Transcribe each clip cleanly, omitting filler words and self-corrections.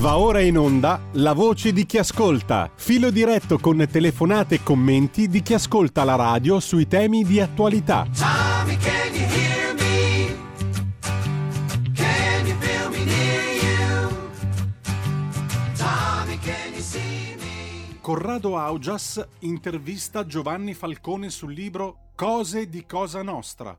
Va ora in onda La voce di chi ascolta, filo diretto con telefonate e commenti di chi ascolta la radio sui temi di attualità. Tommy, can you hear me? Can you feel me near you? Tommy, can you see me? Corrado Augias intervista Giovanni Falcone sul libro Cose di Cosa Nostra,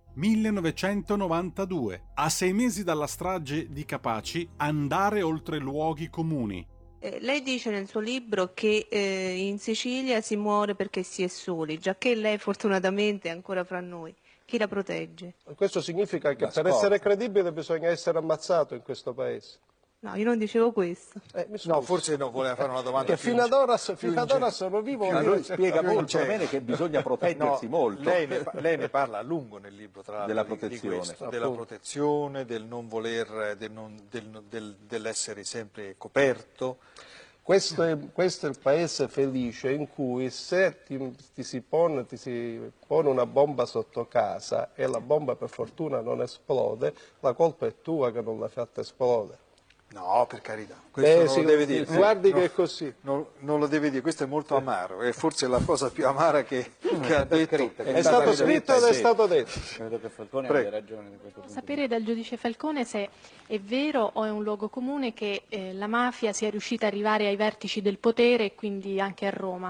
1992. A 6 mesi dalla strage di Capaci, andare oltre luoghi comuni. Lei dice nel suo libro che in Sicilia si muore perché si è soli, giacché lei fortunatamente è ancora fra noi. Chi la protegge? Questo significa che per essere credibile bisogna essere ammazzato in questo paese. No, io non dicevo questo. No, forse no, voleva fare una domanda che fino ad ora sono vivo. Ma lui spiega molto bene che bisogna proteggersi molto. Lei ne parla a lungo nel libro, tra l'altro, della protezione, della protezione, del non voler, dell'essere sempre coperto. Questo è il paese felice in cui se ti si pone una bomba sotto casa e la bomba per fortuna non esplode, la colpa è tua che non l'hai fatta esplodere. No, per carità, questo non lo deve dire. Guardi che è così. Non lo deve dire, questo è molto amaro, è forse la cosa più amara che ha detto. È stato scritto ed è stato detto. Credo che Falcone abbia ragione di questo punto. Sapere dal giudice Falcone se è vero o è un luogo comune che la mafia sia riuscita ad arrivare ai vertici del potere e quindi anche a Roma.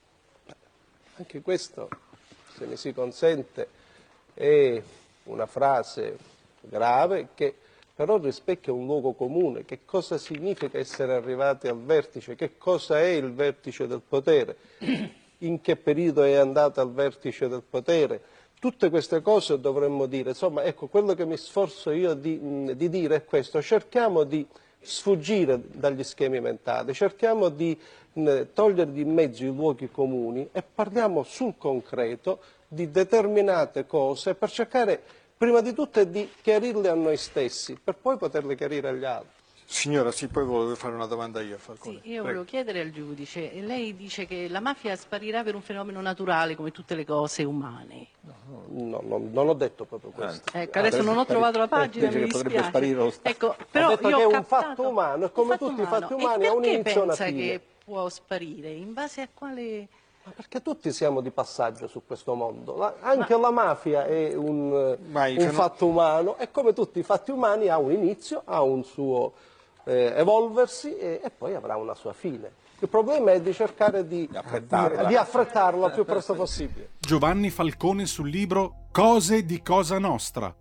Anche questo, se mi si consente, è una frase grave che però rispecchia un luogo comune. Che cosa significa essere arrivati al vertice? Che cosa è il vertice del potere? In che periodo è andato al vertice del potere? Tutte queste cose dovremmo dire. Insomma, ecco, quello che mi sforzo io di dire è questo. Cerchiamo di sfuggire dagli schemi mentali, cerchiamo di togliere di mezzo i luoghi comuni e parliamo sul concreto di determinate cose per cercare prima di tutto di chiarirle a noi stessi, per poi poterle chiarire agli altri. Signora, sì, poi volevo fare una domanda io a Falcone. Sì, io volevo chiedere al giudice, lei dice che la mafia sparirà per un fenomeno naturale come tutte le cose umane. No, non ho detto proprio questo. Ecco, adesso non ho trovato la pagina, mi dispiace. Sparire lo Stato. Ecco, però ho detto io che ho è un captato fatto umano, e come tutti i fatti umani ha un inizio e una pensa fine. che può sparire? In base a quale... Ma perché tutti siamo di passaggio su questo mondo. Anche la mafia è un fatto umano e come tutti i fatti umani ha un inizio, ha un suo evolversi e poi avrà una sua fine. Il problema è di cercare di affrettarlo il più presto possibile. Giovanni Falcone sul libro Cose di Cosa Nostra,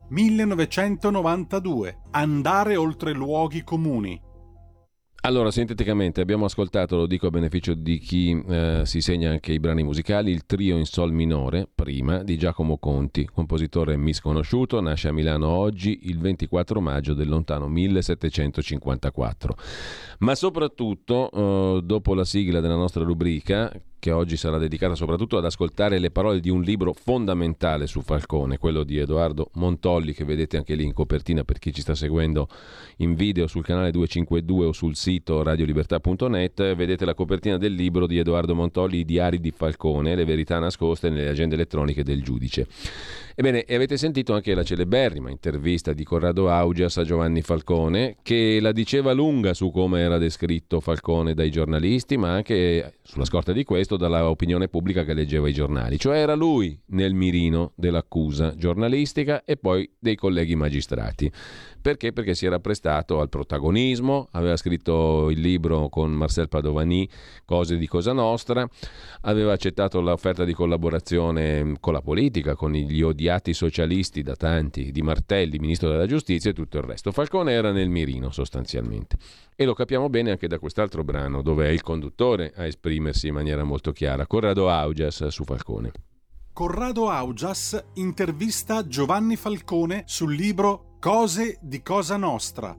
1992. Andare oltre luoghi comuni. Allora, sinteticamente abbiamo ascoltato, lo dico a beneficio di chi si segna anche i brani musicali, il trio in sol minore, prima, di Giacomo Conti, compositore misconosciuto, nasce a Milano oggi il 24 maggio del lontano 1754. Ma soprattutto, dopo la sigla della nostra rubrica, che oggi sarà dedicata soprattutto ad ascoltare le parole di un libro fondamentale su Falcone, quello di Edoardo Montolli, che vedete anche lì in copertina per chi ci sta seguendo in video sul canale 252 o sul sito radiolibertà.net. Vedete la copertina del libro di Edoardo Montolli, I diari di Falcone, le verità nascoste nelle agende elettroniche del giudice. Ebbene, e avete sentito anche la celeberrima intervista di Corrado Augias a Giovanni Falcone, che la diceva lunga su come era descritto Falcone dai giornalisti, ma anche sulla scorta di questo dalla opinione pubblica che leggeva i giornali. Cioè era lui nel mirino dell'accusa giornalistica e poi dei colleghi magistrati. Perché? Perché si era prestato al protagonismo, aveva scritto il libro con Marcel Padovani, Cose di Cosa Nostra, aveva accettato l'offerta di collaborazione con la politica, con gli odiati socialisti da tanti, di Martelli, ministro della giustizia e tutto il resto. Falcone era nel mirino sostanzialmente. E lo capiamo bene anche da quest'altro brano, dove è il conduttore a esprimersi in maniera molto chiara, Corrado Augias su Falcone. Corrado Augias intervista Giovanni Falcone sul libro Cose di Cosa Nostra,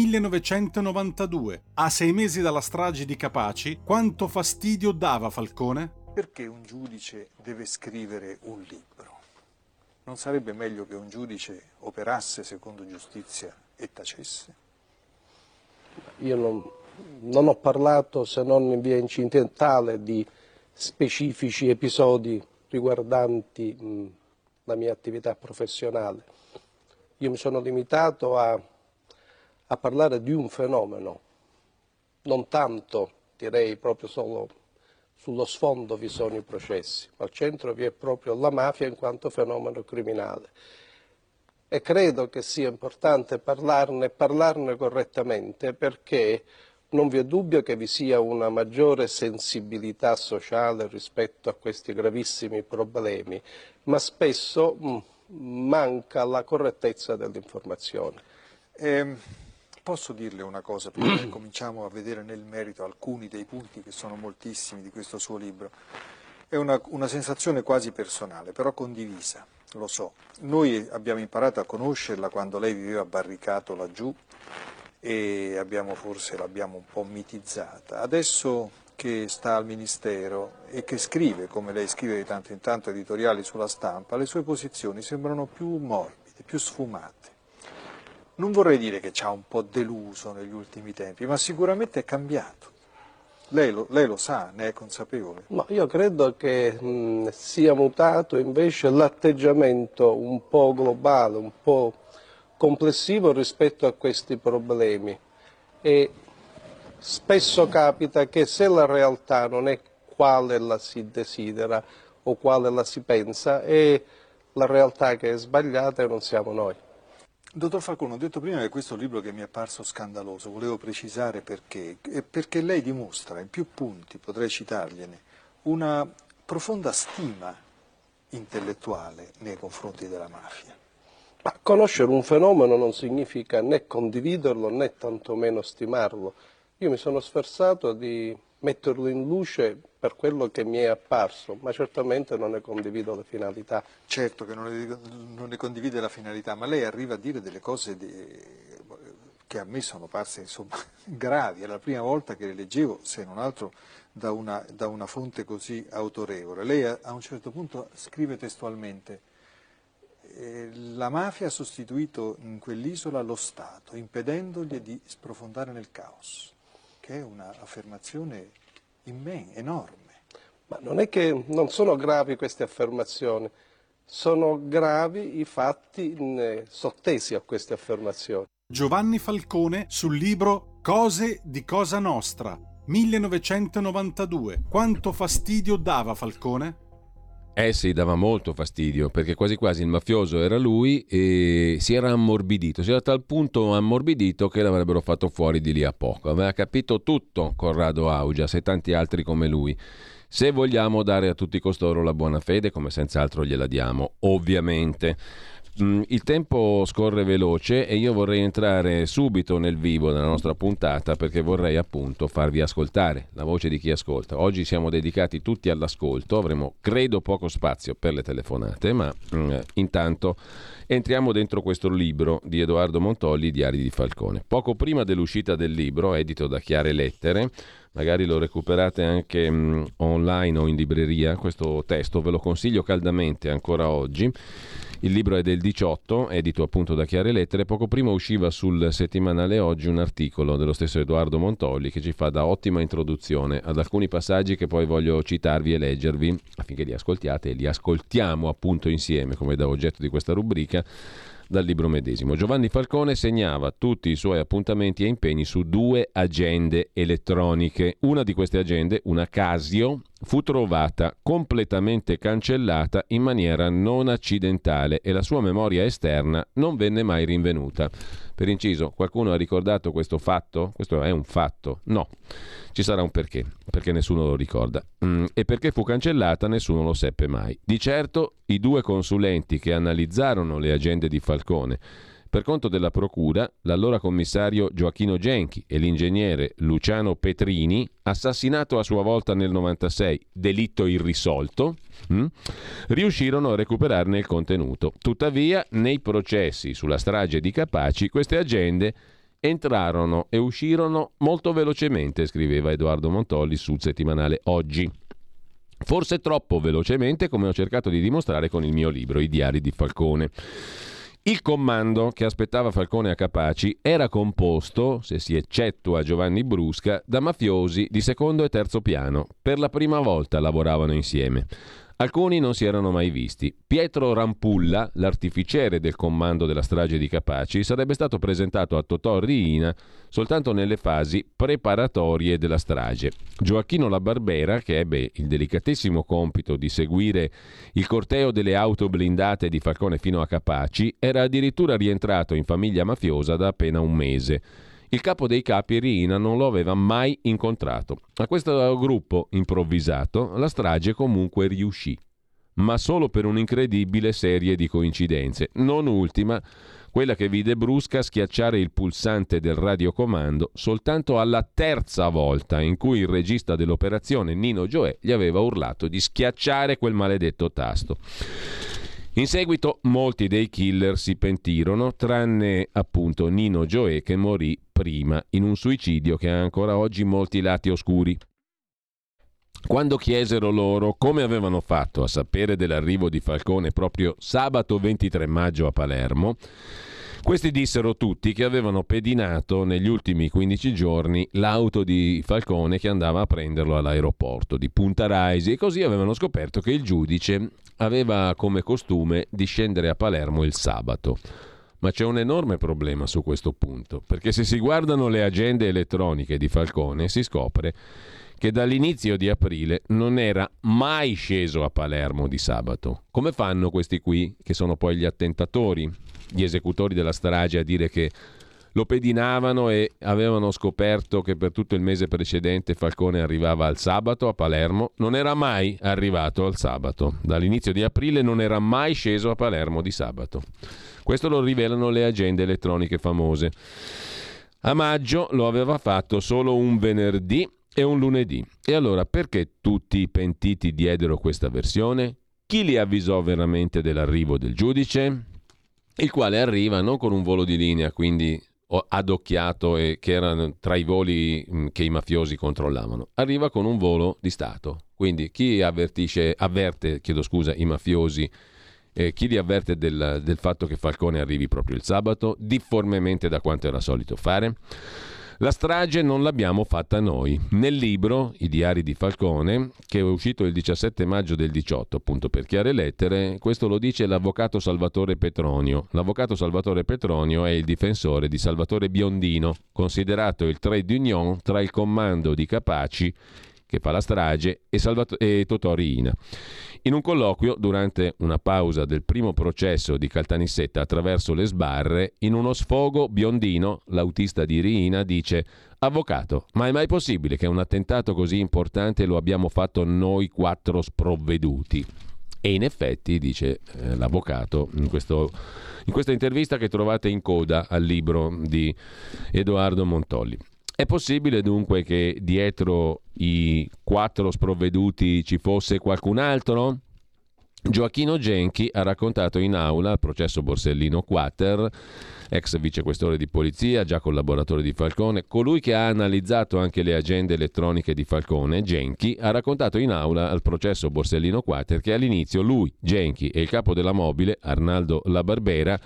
1992. A 6 mesi dalla strage di Capaci, quanto fastidio dava Falcone? Perché un giudice deve scrivere un libro? Non sarebbe meglio che un giudice operasse secondo giustizia e tacesse? Io non ho parlato, se non in via incidentale, di specifici episodi riguardanti la mia attività professionale. Io mi sono limitato a parlare di un fenomeno non tanto, direi proprio solo sullo sfondo vi sono i processi, ma al centro vi è proprio la mafia in quanto fenomeno criminale. E credo che sia importante parlarne correttamente, perché non vi è dubbio che vi sia una maggiore sensibilità sociale rispetto a questi gravissimi problemi, ma spesso manca la correttezza dell'informazione. Posso dirle una cosa, prima cominciamo a vedere nel merito alcuni dei punti che sono moltissimi di questo suo libro. È una sensazione quasi personale, però condivisa, lo so. Noi abbiamo imparato a conoscerla quando lei viveva barricato laggiù e l'abbiamo un po' mitizzata. Adesso che sta al Ministero e che scrive, come lei scrive di tanto in tanto, editoriali sulla Stampa, le sue posizioni sembrano più morbide, più sfumate. Non vorrei dire che ci ha un po' deluso negli ultimi tempi, ma sicuramente è cambiato. Lei lo sa, ne è consapevole? Ma io credo che sia mutato invece l'atteggiamento un po' globale, un po' complessivo rispetto a questi problemi. E spesso capita che se la realtà non è quale la si desidera o quale la si pensa, è la realtà che è sbagliata e non siamo noi. Dottor Falcone, ho detto prima che questo è un libro che mi è apparso scandaloso, volevo precisare perché lei dimostra in più punti, potrei citargliene, una profonda stima intellettuale nei confronti della mafia. Ma conoscere un fenomeno non significa né condividerlo né tantomeno stimarlo. Io mi sono sforzato di metterlo in luce per quello che mi è apparso, ma certamente non ne condivido le finalità. Certo che non ne condivide la finalità, ma lei arriva a dire delle cose che a me sono parse insomma gravi. È la prima volta che le leggevo, se non altro da una fonte così autorevole. Lei a un certo punto scrive testualmente: la mafia ha sostituito in quell'isola lo Stato, impedendogli di sprofondare nel caos, che è un'affermazione enorme. Ma non è che non sono gravi queste affermazioni, sono gravi i fatti sottesi a queste affermazioni. Giovanni Falcone sul libro Cose di Cosa Nostra, 1992. Quanto fastidio dava Falcone? Sì, dava molto fastidio, perché quasi quasi il mafioso era lui e si era ammorbidito, si era a tal punto ammorbidito che l'avrebbero fatto fuori di lì a poco. Aveva capito tutto Corrado Augias e tanti altri come lui. Se vogliamo dare a tutti costoro la buona fede, come senz'altro gliela diamo, ovviamente. Il tempo scorre veloce e io vorrei entrare subito nel vivo della nostra puntata, perché vorrei appunto farvi ascoltare la voce di chi ascolta. Oggi siamo dedicati tutti all'ascolto, avremo credo poco spazio per le telefonate, ma intanto entriamo dentro questo libro di Edoardo Montolli, Diari di Falcone. Poco prima dell'uscita del libro, edito da Chiare Lettere, magari lo recuperate anche online o in libreria, questo testo ve lo consiglio caldamente ancora oggi. Il libro è del 18, edito appunto da Chiare Lettere. Poco prima usciva sul settimanale Oggi un articolo dello stesso Edoardo Montolli che ci fa da ottima introduzione ad alcuni passaggi che poi voglio citarvi e leggervi affinché li ascoltiate e li ascoltiamo appunto insieme come da oggetto di questa rubrica dal libro medesimo. Giovanni Falcone segnava tutti i suoi appuntamenti e impegni su 2 agende elettroniche. Una di queste agende, una Casio, fu trovata completamente cancellata in maniera non accidentale e la sua memoria esterna non venne mai rinvenuta. Per inciso, qualcuno ha ricordato questo fatto? Questo è un fatto? No. Ci sarà un perché nessuno lo ricorda. E perché fu cancellata nessuno lo seppe mai. Di certo i 2 consulenti che analizzarono le agende di Falcone per conto della procura, l'allora commissario Gioacchino Genchi e l'ingegnere Luciano Petrini, assassinato a sua volta nel 96, delitto irrisolto, riuscirono a recuperarne il contenuto. Tuttavia, nei processi sulla strage di Capaci, queste agende entrarono e uscirono molto velocemente, scriveva Edoardo Montolli sul settimanale Oggi. Forse troppo velocemente, come ho cercato di dimostrare con il mio libro, I Diari di Falcone. Il comando che aspettava Falcone a Capaci era composto, se si eccettua Giovanni Brusca, da mafiosi di secondo e terzo piano. Per la prima volta lavoravano insieme. Alcuni non si erano mai visti. Pietro Rampulla, l'artificiere del comando della strage di Capaci, sarebbe stato presentato a Totò Riina soltanto nelle fasi preparatorie della strage. Gioacchino La Barbera, che ebbe il delicatissimo compito di seguire il corteo delle auto blindate di Falcone fino a Capaci, era addirittura rientrato in famiglia mafiosa da appena un mese. Il capo dei capi, Riina, non lo aveva mai incontrato. A questo gruppo improvvisato la strage comunque riuscì, ma solo per un'incredibile serie di coincidenze, non ultima quella che vide Brusca schiacciare il pulsante del radiocomando soltanto alla terza volta in cui il regista dell'operazione, Nino Gioè, gli aveva urlato di schiacciare quel maledetto tasto. In seguito molti dei killer si pentirono, tranne appunto Nino Gioè, che morì prima in un suicidio che ha ancora oggi molti lati oscuri. Quando chiesero loro come avevano fatto a sapere dell'arrivo di Falcone proprio sabato 23 maggio a Palermo, questi dissero tutti che avevano pedinato negli ultimi 15 giorni l'auto di Falcone che andava a prenderlo all'aeroporto di Punta Raisi, e così avevano scoperto che il giudice aveva come costume di scendere a Palermo il sabato. Ma c'è un enorme problema su questo punto, perché se si guardano le agende elettroniche di Falcone si scopre che dall'inizio di aprile non era mai sceso a Palermo di sabato. Come fanno questi qui, che sono poi gli attentatori, gli esecutori della strage, a dire che lo pedinavano e avevano scoperto che per tutto il mese precedente Falcone arrivava al sabato a Palermo? Non era mai arrivato al sabato. Dall'inizio di aprile non era mai sceso a Palermo di sabato. Questo lo rivelano le agende elettroniche famose. A maggio lo aveva fatto solo un venerdì e un lunedì. E allora perché tutti i pentiti diedero questa versione? Chi li avvisò veramente dell'arrivo del giudice? Il quale arriva non con un volo di linea, quindi adocchiato, e che erano tra i voli che i mafiosi controllavano. Arriva con un volo di Stato. Quindi chi avverte i mafiosi, chi li avverte del fatto che Falcone arrivi proprio il sabato, difformemente da quanto era solito fare? La strage non l'abbiamo fatta noi. Nel libro I diari di Falcone, che è uscito il 17 maggio del 18, appunto per chiare lettere, questo lo dice l'avvocato Salvatore Petronio. L'avvocato Salvatore Petronio è il difensore di Salvatore Biondino, considerato il trait d'union tra il comando di Capaci, che fa la strage, e Totò Riina. In un colloquio, durante una pausa del primo processo di Caltanissetta attraverso le sbarre, in uno sfogo Biondino, l'autista di Riina, dice: «Avvocato, ma è mai possibile che un attentato così importante lo abbiamo fatto noi 4 sprovveduti?» E in effetti, dice l'avvocato, in questa intervista che trovate in coda al libro di Edoardo Montolli. È possibile dunque che dietro i 4 sprovveduti ci fosse qualcun altro? Gioacchino Genchi ha raccontato in aula al processo Borsellino Quater, ex vicequestore di polizia, già collaboratore di Falcone, colui che ha analizzato anche le agende elettroniche di Falcone. Genchi ha raccontato in aula al processo Borsellino Quater che all'inizio lui, Genchi e il capo della mobile, Arnaldo La Barbera,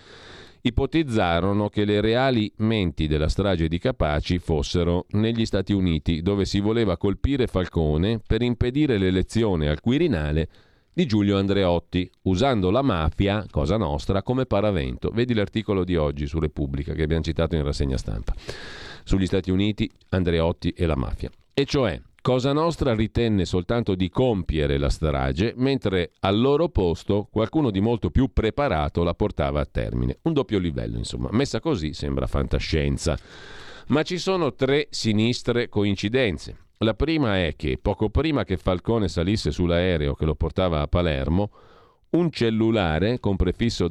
ipotizzarono che le reali menti della strage di Capaci fossero negli Stati Uniti, dove si voleva colpire Falcone per impedire l'elezione al Quirinale di Giulio Andreotti, usando la mafia, Cosa Nostra, come paravento. Vedi l'articolo di oggi su Repubblica che abbiamo citato in rassegna stampa. Sugli Stati Uniti, Andreotti e la mafia. E cioè, Cosa Nostra ritenne soltanto di compiere la strage, mentre al loro posto qualcuno di molto più preparato la portava a termine. Un doppio livello, insomma. Messa così sembra fantascienza. Ma ci sono 3 sinistre coincidenze. La prima è che, poco prima che Falcone salisse sull'aereo che lo portava a Palermo, un cellulare con prefisso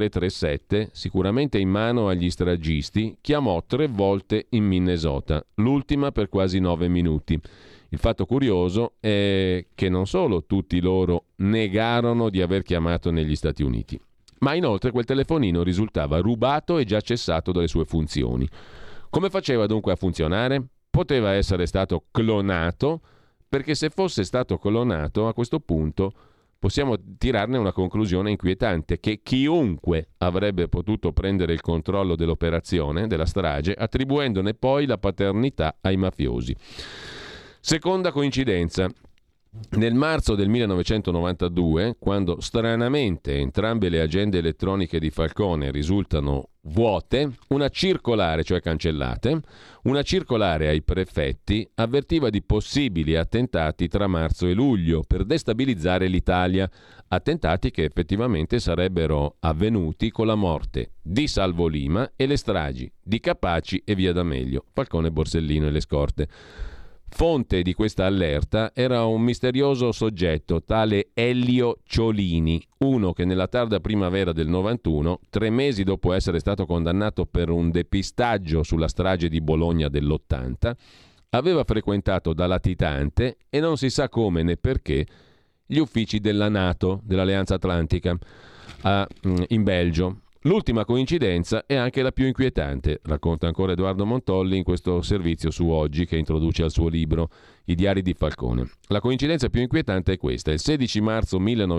0337, sicuramente in mano agli stragisti, chiamò 3 volte in Minnesota, l'ultima per quasi 9 minuti. Il fatto curioso è che non solo tutti loro negarono di aver chiamato negli Stati Uniti, ma inoltre quel telefonino risultava rubato e già cessato dalle sue funzioni. Come faceva dunque a funzionare? Poteva essere stato clonato, perché se fosse stato clonato, a questo punto possiamo tirarne una conclusione inquietante, che chiunque avrebbe potuto prendere il controllo dell'operazione, della strage, attribuendone poi la paternità ai mafiosi. Seconda coincidenza. Nel marzo del 1992, quando stranamente entrambe le agende elettroniche di Falcone risultano vuote, una circolare, cioè cancellate, una circolare ai prefetti avvertiva di possibili attentati tra marzo e luglio per destabilizzare l'Italia, attentati che effettivamente sarebbero avvenuti con la morte di Salvo Lima e le stragi di Capaci e Via D'Amelio, Falcone, Borsellino e le scorte. Fonte di questa allerta era un misterioso soggetto, tale Ellio Ciolini, uno che nella tarda primavera del 91, 3 mesi dopo essere stato condannato per un depistaggio sulla strage di Bologna dell'80, aveva frequentato da latitante e non si sa come né perché gli uffici della NATO, dell'Alleanza Atlantica, in Belgio. L'ultima coincidenza è anche la più inquietante, racconta ancora Edoardo Montolli in questo servizio su Oggi che introduce al suo libro I diari di Falcone. La coincidenza più inquietante è questa: il 16 marzo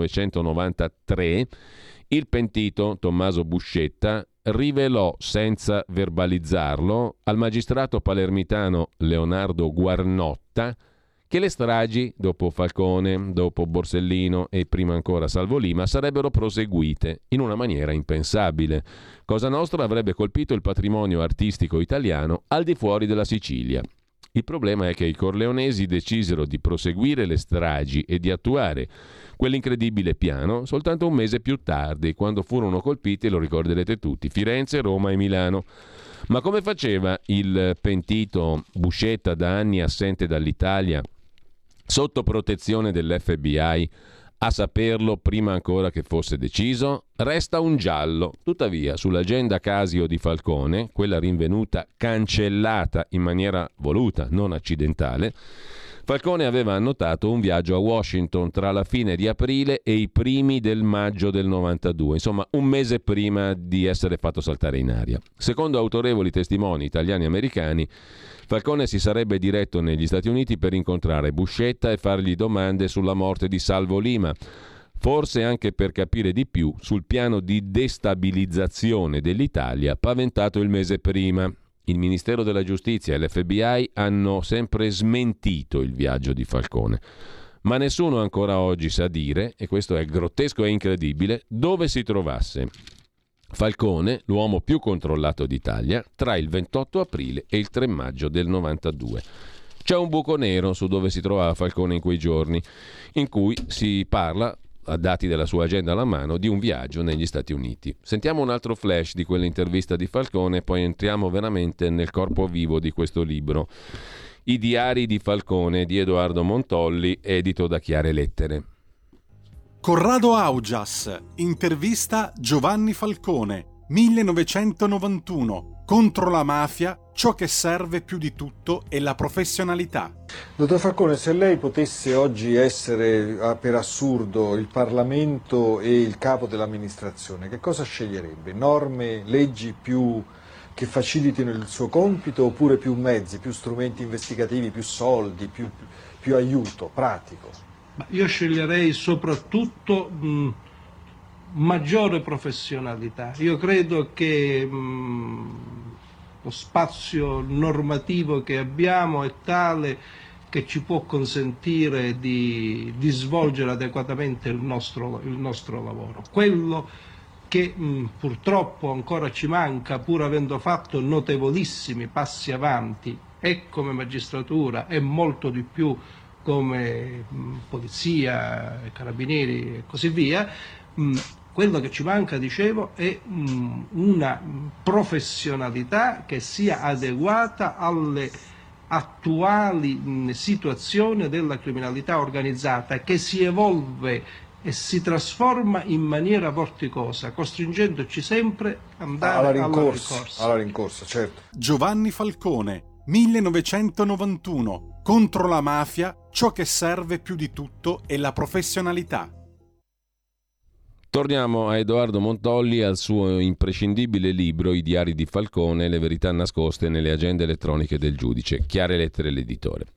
1993 il pentito Tommaso Buscetta rivelò, senza verbalizzarlo, al magistrato palermitano Leonardo Guarnotta che le stragi, dopo Falcone, dopo Borsellino e prima ancora Salvo Lima, sarebbero proseguite in una maniera impensabile. Cosa Nostra avrebbe colpito il patrimonio artistico italiano al di fuori della Sicilia. Il problema è che i corleonesi decisero di proseguire le stragi e di attuare quell'incredibile piano soltanto un mese più tardi, quando furono colpiti, lo ricorderete tutti, Firenze, Roma e Milano. Ma come faceva il pentito Buscetta, da anni assente dall'Italia, sotto protezione dell'FBI, a saperlo prima ancora che fosse deciso? Resta un giallo. Tuttavia, sull'agenda Casio di Falcone, quella rinvenuta cancellata in maniera voluta, non accidentale, Falcone aveva annotato un viaggio a Washington tra la fine di aprile e i primi del maggio del 92, insomma un mese prima di essere fatto saltare in aria. Secondo autorevoli testimoni italiani e americani, Falcone si sarebbe diretto negli Stati Uniti per incontrare Buscetta e fargli domande sulla morte di Salvo Lima, forse anche per capire di più sul piano di destabilizzazione dell'Italia paventato il mese prima. Il Ministero della Giustizia e l'FBI hanno sempre smentito il viaggio di Falcone, ma nessuno ancora oggi sa dire, e questo è grottesco e incredibile, dove si trovasse Falcone, l'uomo più controllato d'Italia, tra il 28 aprile e il 3 maggio del 92. C'è un buco nero su dove si trovava Falcone in quei giorni, in cui si parla, a dati della sua agenda alla mano, di un viaggio negli Stati Uniti. Sentiamo un altro flash di quell'intervista di Falcone e poi entriamo veramente nel corpo vivo di questo libro. I diari di Falcone di Edoardo Montolli, edito da Chiare Lettere. Corrado Augias, intervista Giovanni Falcone, 1991. Contro la mafia, ciò che serve più di tutto è la professionalità. Dottor Falcone, se lei potesse oggi essere, per assurdo, il Parlamento e il capo dell'amministrazione, che cosa sceglierebbe? Norme, leggi che facilitino il suo compito, oppure più mezzi, più strumenti investigativi, più soldi, più aiuto pratico? Io sceglierei soprattutto maggiore professionalità. Io credo che lo spazio normativo che abbiamo è tale che ci può consentire di svolgere adeguatamente il nostro lavoro. Quello che purtroppo ancora ci manca, pur avendo fatto notevolissimi passi avanti, e come magistratura e molto di più come polizia, carabinieri e così via, quello che ci manca, dicevo, è una professionalità che sia adeguata alle attuali situazioni della criminalità organizzata, che si evolve e si trasforma in maniera vorticosa, costringendoci sempre ad andare alla rincorsa. Certo. Giovanni Falcone, 1991. Contro la mafia, ciò che serve più di tutto è la professionalità. Torniamo a Edoardo Montolli, al suo imprescindibile libro I diari di Falcone, le verità nascoste nelle agende elettroniche del giudice. Chiare Lettere, l'editore.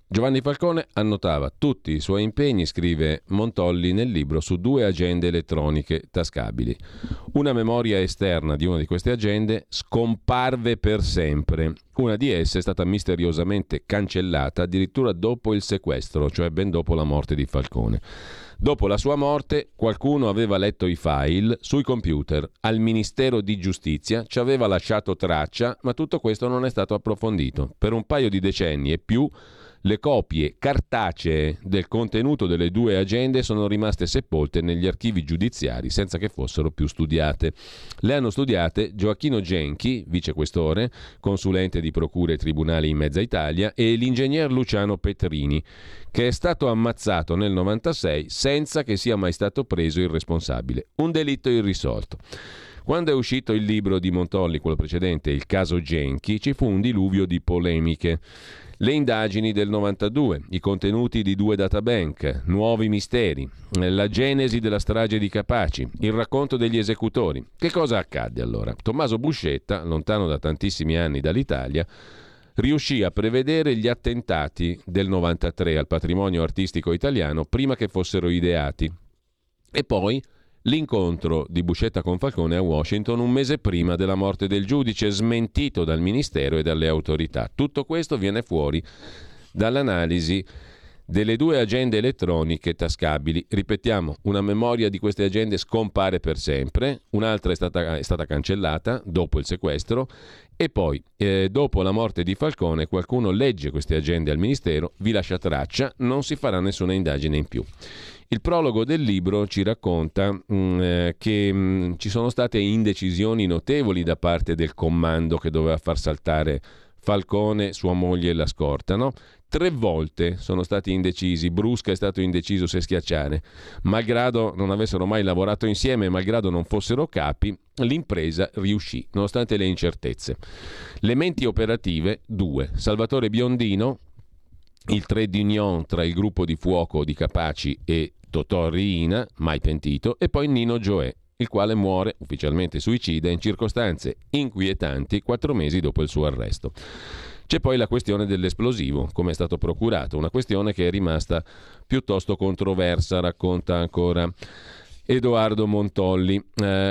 Giovanni Falcone annotava tutti i suoi impegni, scrive Montolli nel libro, su 2 agende elettroniche tascabili. Una memoria esterna di una di queste agende scomparve per sempre. Una di esse è stata misteriosamente cancellata addirittura dopo il sequestro, cioè ben dopo la morte di Falcone. Dopo la sua morte qualcuno aveva letto i file sui computer, al Ministero di Giustizia ci aveva lasciato traccia, ma tutto questo non è stato approfondito. Per un paio di decenni e più le copie cartacee del contenuto delle 2 agende sono rimaste sepolte negli archivi giudiziari senza che fossero più studiate. Le hanno studiate Gioacchino Genchi, vicequestore, consulente di procure e tribunali in mezza Italia, e l'ingegner Luciano Petrini, che è stato ammazzato nel 96 senza che sia mai stato preso il responsabile. Un delitto irrisolto. Quando è uscito il libro di Montolli, quello precedente, Il caso Genchi, ci fu un diluvio di polemiche. Le indagini del 92, i contenuti di 2 databank, nuovi misteri, la genesi della strage di Capaci, il racconto degli esecutori. Che cosa accadde allora? Tommaso Buscetta, lontano da tantissimi anni dall'Italia, riuscì a prevedere gli attentati del 93 al patrimonio artistico italiano prima che fossero ideati. E poi l'incontro di Buscetta con Falcone a Washington un mese prima della morte del giudice, smentito dal Ministero e dalle autorità. Tutto questo viene fuori dall'analisi delle 2 agende elettroniche tascabili. Ripetiamo, una memoria di queste agende scompare per sempre, un'altra è stata cancellata dopo il sequestro, e poi dopo la morte di Falcone qualcuno legge queste agende al Ministero, vi lascia traccia, non si farà nessuna indagine in più. Il prologo del libro ci racconta che ci sono state indecisioni notevoli da parte del comando che doveva far saltare Falcone, sua moglie e la scorta, no? 3 volte sono stati indecisi, Brusca è stato indeciso se schiacciare. Malgrado non avessero mai lavorato insieme, malgrado non fossero capi, l'impresa riuscì, nonostante le incertezze. Le menti operative, 2. Salvatore Biondino, il trait d'union tra il gruppo di fuoco di Capaci e Totò Riina, mai pentito, e poi Nino Gioè, il quale muore, ufficialmente suicida, in circostanze inquietanti 4 mesi dopo il suo arresto. C'è poi la questione dell'esplosivo, come è stato procurato, una questione che è rimasta piuttosto controversa, racconta ancora Edoardo Montolli,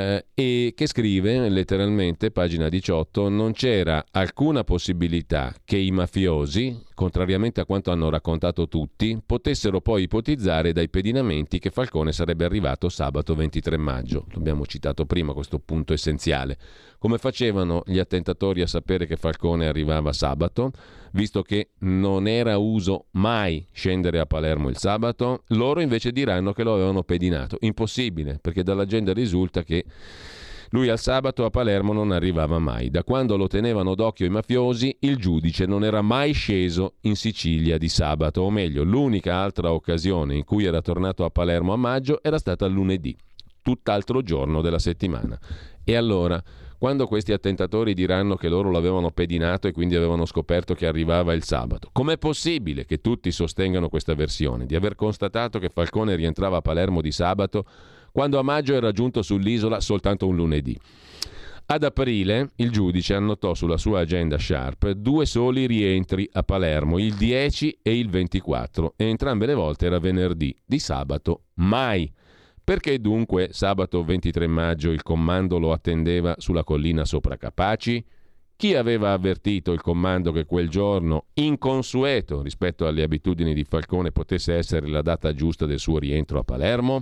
e che scrive letteralmente, pagina 18, non c'era alcuna possibilità che i mafiosi, contrariamente a quanto hanno raccontato tutti, potessero poi ipotizzare dai pedinamenti che Falcone sarebbe arrivato sabato 23 maggio. L'abbiamo citato prima, questo punto essenziale. Come facevano gli attentatori a sapere che Falcone arrivava sabato, visto che non era uso mai scendere a Palermo il sabato? Loro invece diranno che lo avevano pedinato. Impossibile, perché dall'agenda risulta che lui al sabato a Palermo non arrivava mai. Da quando lo tenevano d'occhio i mafiosi, il giudice non era mai sceso in Sicilia di sabato, o meglio, l'unica altra occasione in cui era tornato a Palermo a maggio era stata lunedì, tutt'altro giorno della settimana. E allora, quando questi attentatori diranno che loro l'avevano pedinato e quindi avevano scoperto che arrivava il sabato, com'è possibile che tutti sostengano questa versione, di aver constatato che Falcone rientrava a Palermo di sabato quando a maggio era giunto sull'isola soltanto un lunedì? Ad aprile il giudice annotò sulla sua agenda Sharp 2 soli rientri a Palermo, il 10 e il 24, e entrambe le volte era venerdì. Di sabato mai. Perché dunque sabato 23 maggio il comando lo attendeva sulla collina sopra Capaci? Chi aveva avvertito il comando che quel giorno, inconsueto rispetto alle abitudini di Falcone, potesse essere la data giusta del suo rientro a Palermo?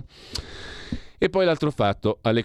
E poi l'altro fatto, alle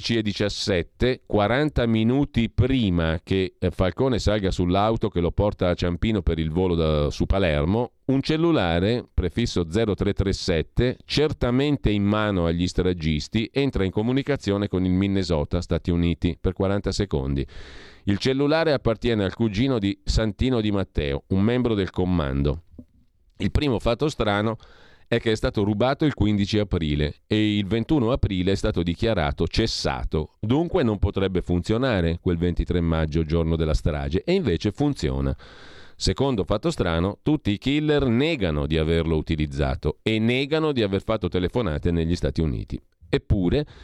15:17, 40 minuti prima che Falcone salga sull'auto che lo porta a Ciampino per il volo su Palermo, un cellulare prefisso 0337, certamente in mano agli stragisti, entra in comunicazione con il Minnesota, Stati Uniti, per 40 secondi. Il cellulare appartiene al cugino di Santino Di Matteo, un membro del comando. Il primo fatto strano è che è stato rubato il 15 aprile e il 21 aprile è stato dichiarato cessato. Dunque non potrebbe funzionare quel 23 maggio, giorno della strage, e invece funziona. Secondo fatto strano, tutti i killer negano di averlo utilizzato e negano di aver fatto telefonate negli Stati Uniti. Eppure,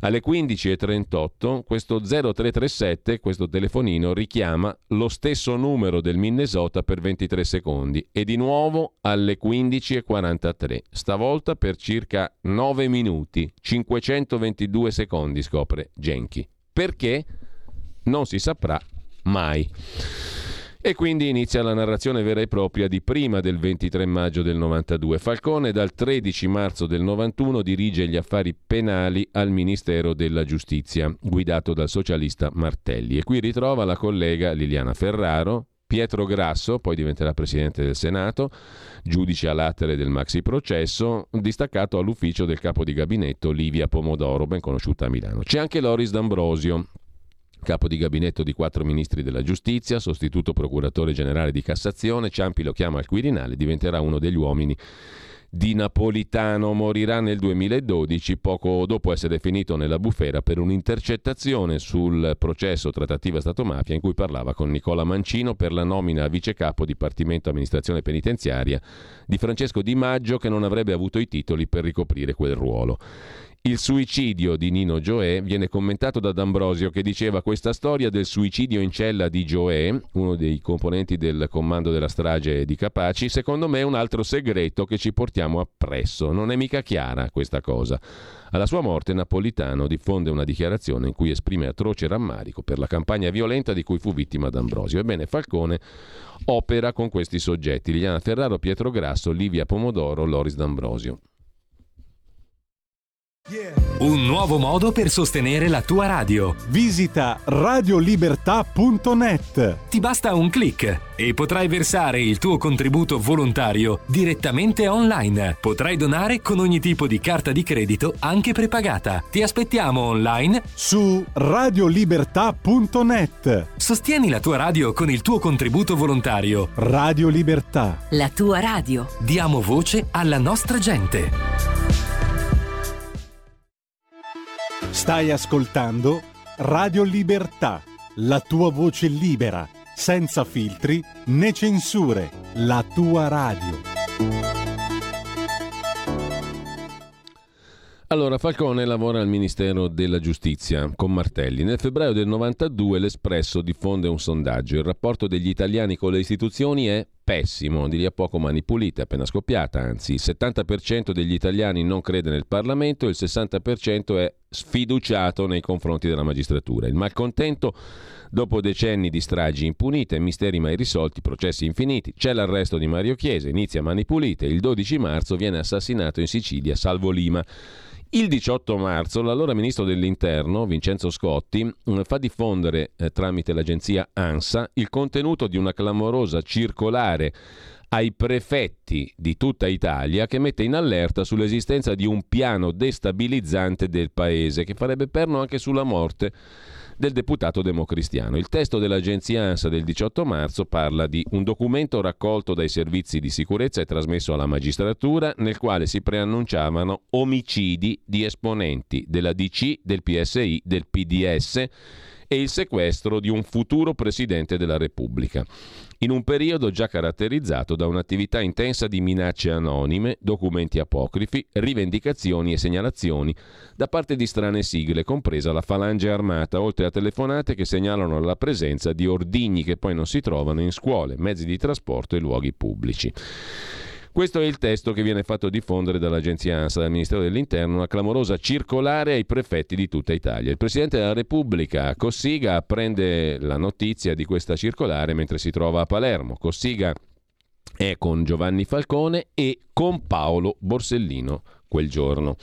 Alle 15.38 questo 0337, questo telefonino, richiama lo stesso numero del Minnesota per 23 secondi e di nuovo alle 15.43, stavolta per circa 9 minuti, 522 secondi, scopre Genchi. Perché? Non si saprà mai. E quindi inizia la narrazione vera e propria di prima del 23 maggio del 92. Falcone dal 13 marzo del 91 dirige gli affari penali al Ministero della Giustizia, guidato dal socialista Martelli. E qui ritrova la collega Liliana Ferraro, Pietro Grasso, poi diventerà presidente del Senato, giudice a latere del maxi processo, distaccato all'ufficio del capo di gabinetto Livia Pomodoro, ben conosciuta a Milano. C'è anche Loris D'Ambrosio, capo di gabinetto di 4 ministri della giustizia, sostituto procuratore generale di Cassazione. Ciampi lo chiama al Quirinale, diventerà uno degli uomini di Napolitano. Morirà nel 2012, poco dopo essere finito nella bufera per un'intercettazione sul processo trattativa Stato-mafia in cui parlava con Nicola Mancino per la nomina a vicecapo Dipartimento Amministrazione Penitenziaria di Francesco Di Maggio, che non avrebbe avuto i titoli per ricoprire quel ruolo. Il suicidio di Nino Gioè viene commentato da D'Ambrosio, che diceva: questa storia del suicidio in cella di Gioè, uno dei componenti del comando della strage di Capaci, secondo me è un altro segreto che ci portiamo appresso. Non è mica chiara questa cosa. Alla sua morte Napolitano diffonde una dichiarazione in cui esprime atroce rammarico per la campagna violenta di cui fu vittima D'Ambrosio. Ebbene, Falcone opera con questi soggetti: Liliana Ferraro, Pietro Grasso, Livia Pomodoro, Loris D'Ambrosio. Un nuovo modo per sostenere la tua radio. Visita radiolibertà.net. Ti basta un click e potrai versare il tuo contributo volontario direttamente online. Potrai donare con ogni tipo di carta di credito, anche prepagata. Ti aspettiamo online su radiolibertà.net. Sostieni la tua radio con il tuo contributo volontario. Radio Libertà. La tua radio. Diamo voce alla nostra gente. Stai ascoltando Radio Libertà, la tua voce libera, senza filtri né censure, la tua radio. Allora, Falcone lavora al Ministero della Giustizia con Martelli. Nel febbraio del 92 l'Espresso diffonde un sondaggio. Il rapporto degli italiani con le istituzioni è pessimo, di lì a poco Mani Pulite, appena scoppiata, anzi il 70% degli italiani non crede nel Parlamento e il 60% è sfiduciato nei confronti della magistratura. Il malcontento dopo decenni di stragi impunite, misteri mai risolti, processi infiniti. C'è l'arresto di Mario Chiesa, inizia Mani Pulite, il 12 marzo viene assassinato in Sicilia Salvo Lima. Il 18 marzo l'allora ministro dell'Interno, Vincenzo Scotti, fa diffondere tramite l'agenzia ANSA il contenuto di una clamorosa circolare ai prefetti di tutta Italia che mette in allerta sull'esistenza di un piano destabilizzante del paese che farebbe perno anche sulla morte del deputato democristiano. Il testo dell'agenzia ANSA del 18 marzo parla di un documento raccolto dai servizi di sicurezza e trasmesso alla magistratura nel quale si preannunciavano omicidi di esponenti della DC, del PSI, del PDS e il sequestro di un futuro Presidente della Repubblica. In un periodo già caratterizzato da un'attività intensa di minacce anonime, documenti apocrifi, rivendicazioni e segnalazioni da parte di strane sigle, compresa la Falange Armata, oltre a telefonate che segnalano la presenza di ordigni che poi non si trovano in scuole, mezzi di trasporto e luoghi pubblici. Questo è il testo che viene fatto diffondere dall'agenzia ANSA, dal Ministero dell'Interno, una clamorosa circolare ai prefetti di tutta Italia. Il Presidente della Repubblica, Cossiga, apprende la notizia di questa circolare mentre si trova a Palermo. Cossiga è con Giovanni Falcone e con Paolo Borsellino quel giorno.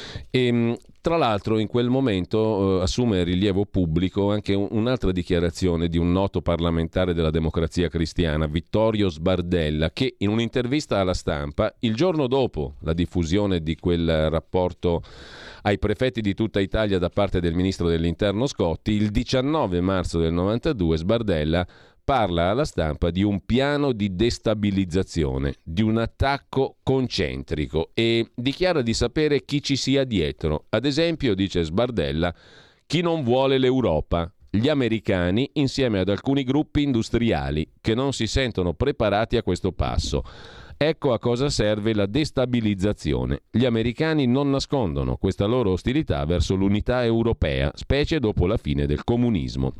E, tra l'altro, in quel momento assume rilievo pubblico anche un'altra dichiarazione di un noto parlamentare della Democrazia Cristiana, Vittorio Sbardella, che in un'intervista alla Stampa, il giorno dopo la diffusione di quel rapporto ai prefetti di tutta Italia da parte del ministro dell'Interno Scotti, il 19 marzo del 92, Sbardella parla alla Stampa di un piano di destabilizzazione, di un attacco concentrico e dichiara di sapere chi ci sia dietro. Ad esempio, dice Sbardella, chi non vuole l'Europa, gli americani insieme ad alcuni gruppi industriali che non si sentono preparati a questo passo. Ecco a cosa serve la destabilizzazione. Gli americani non nascondono questa loro ostilità verso l'unità europea, specie dopo la fine del comunismo.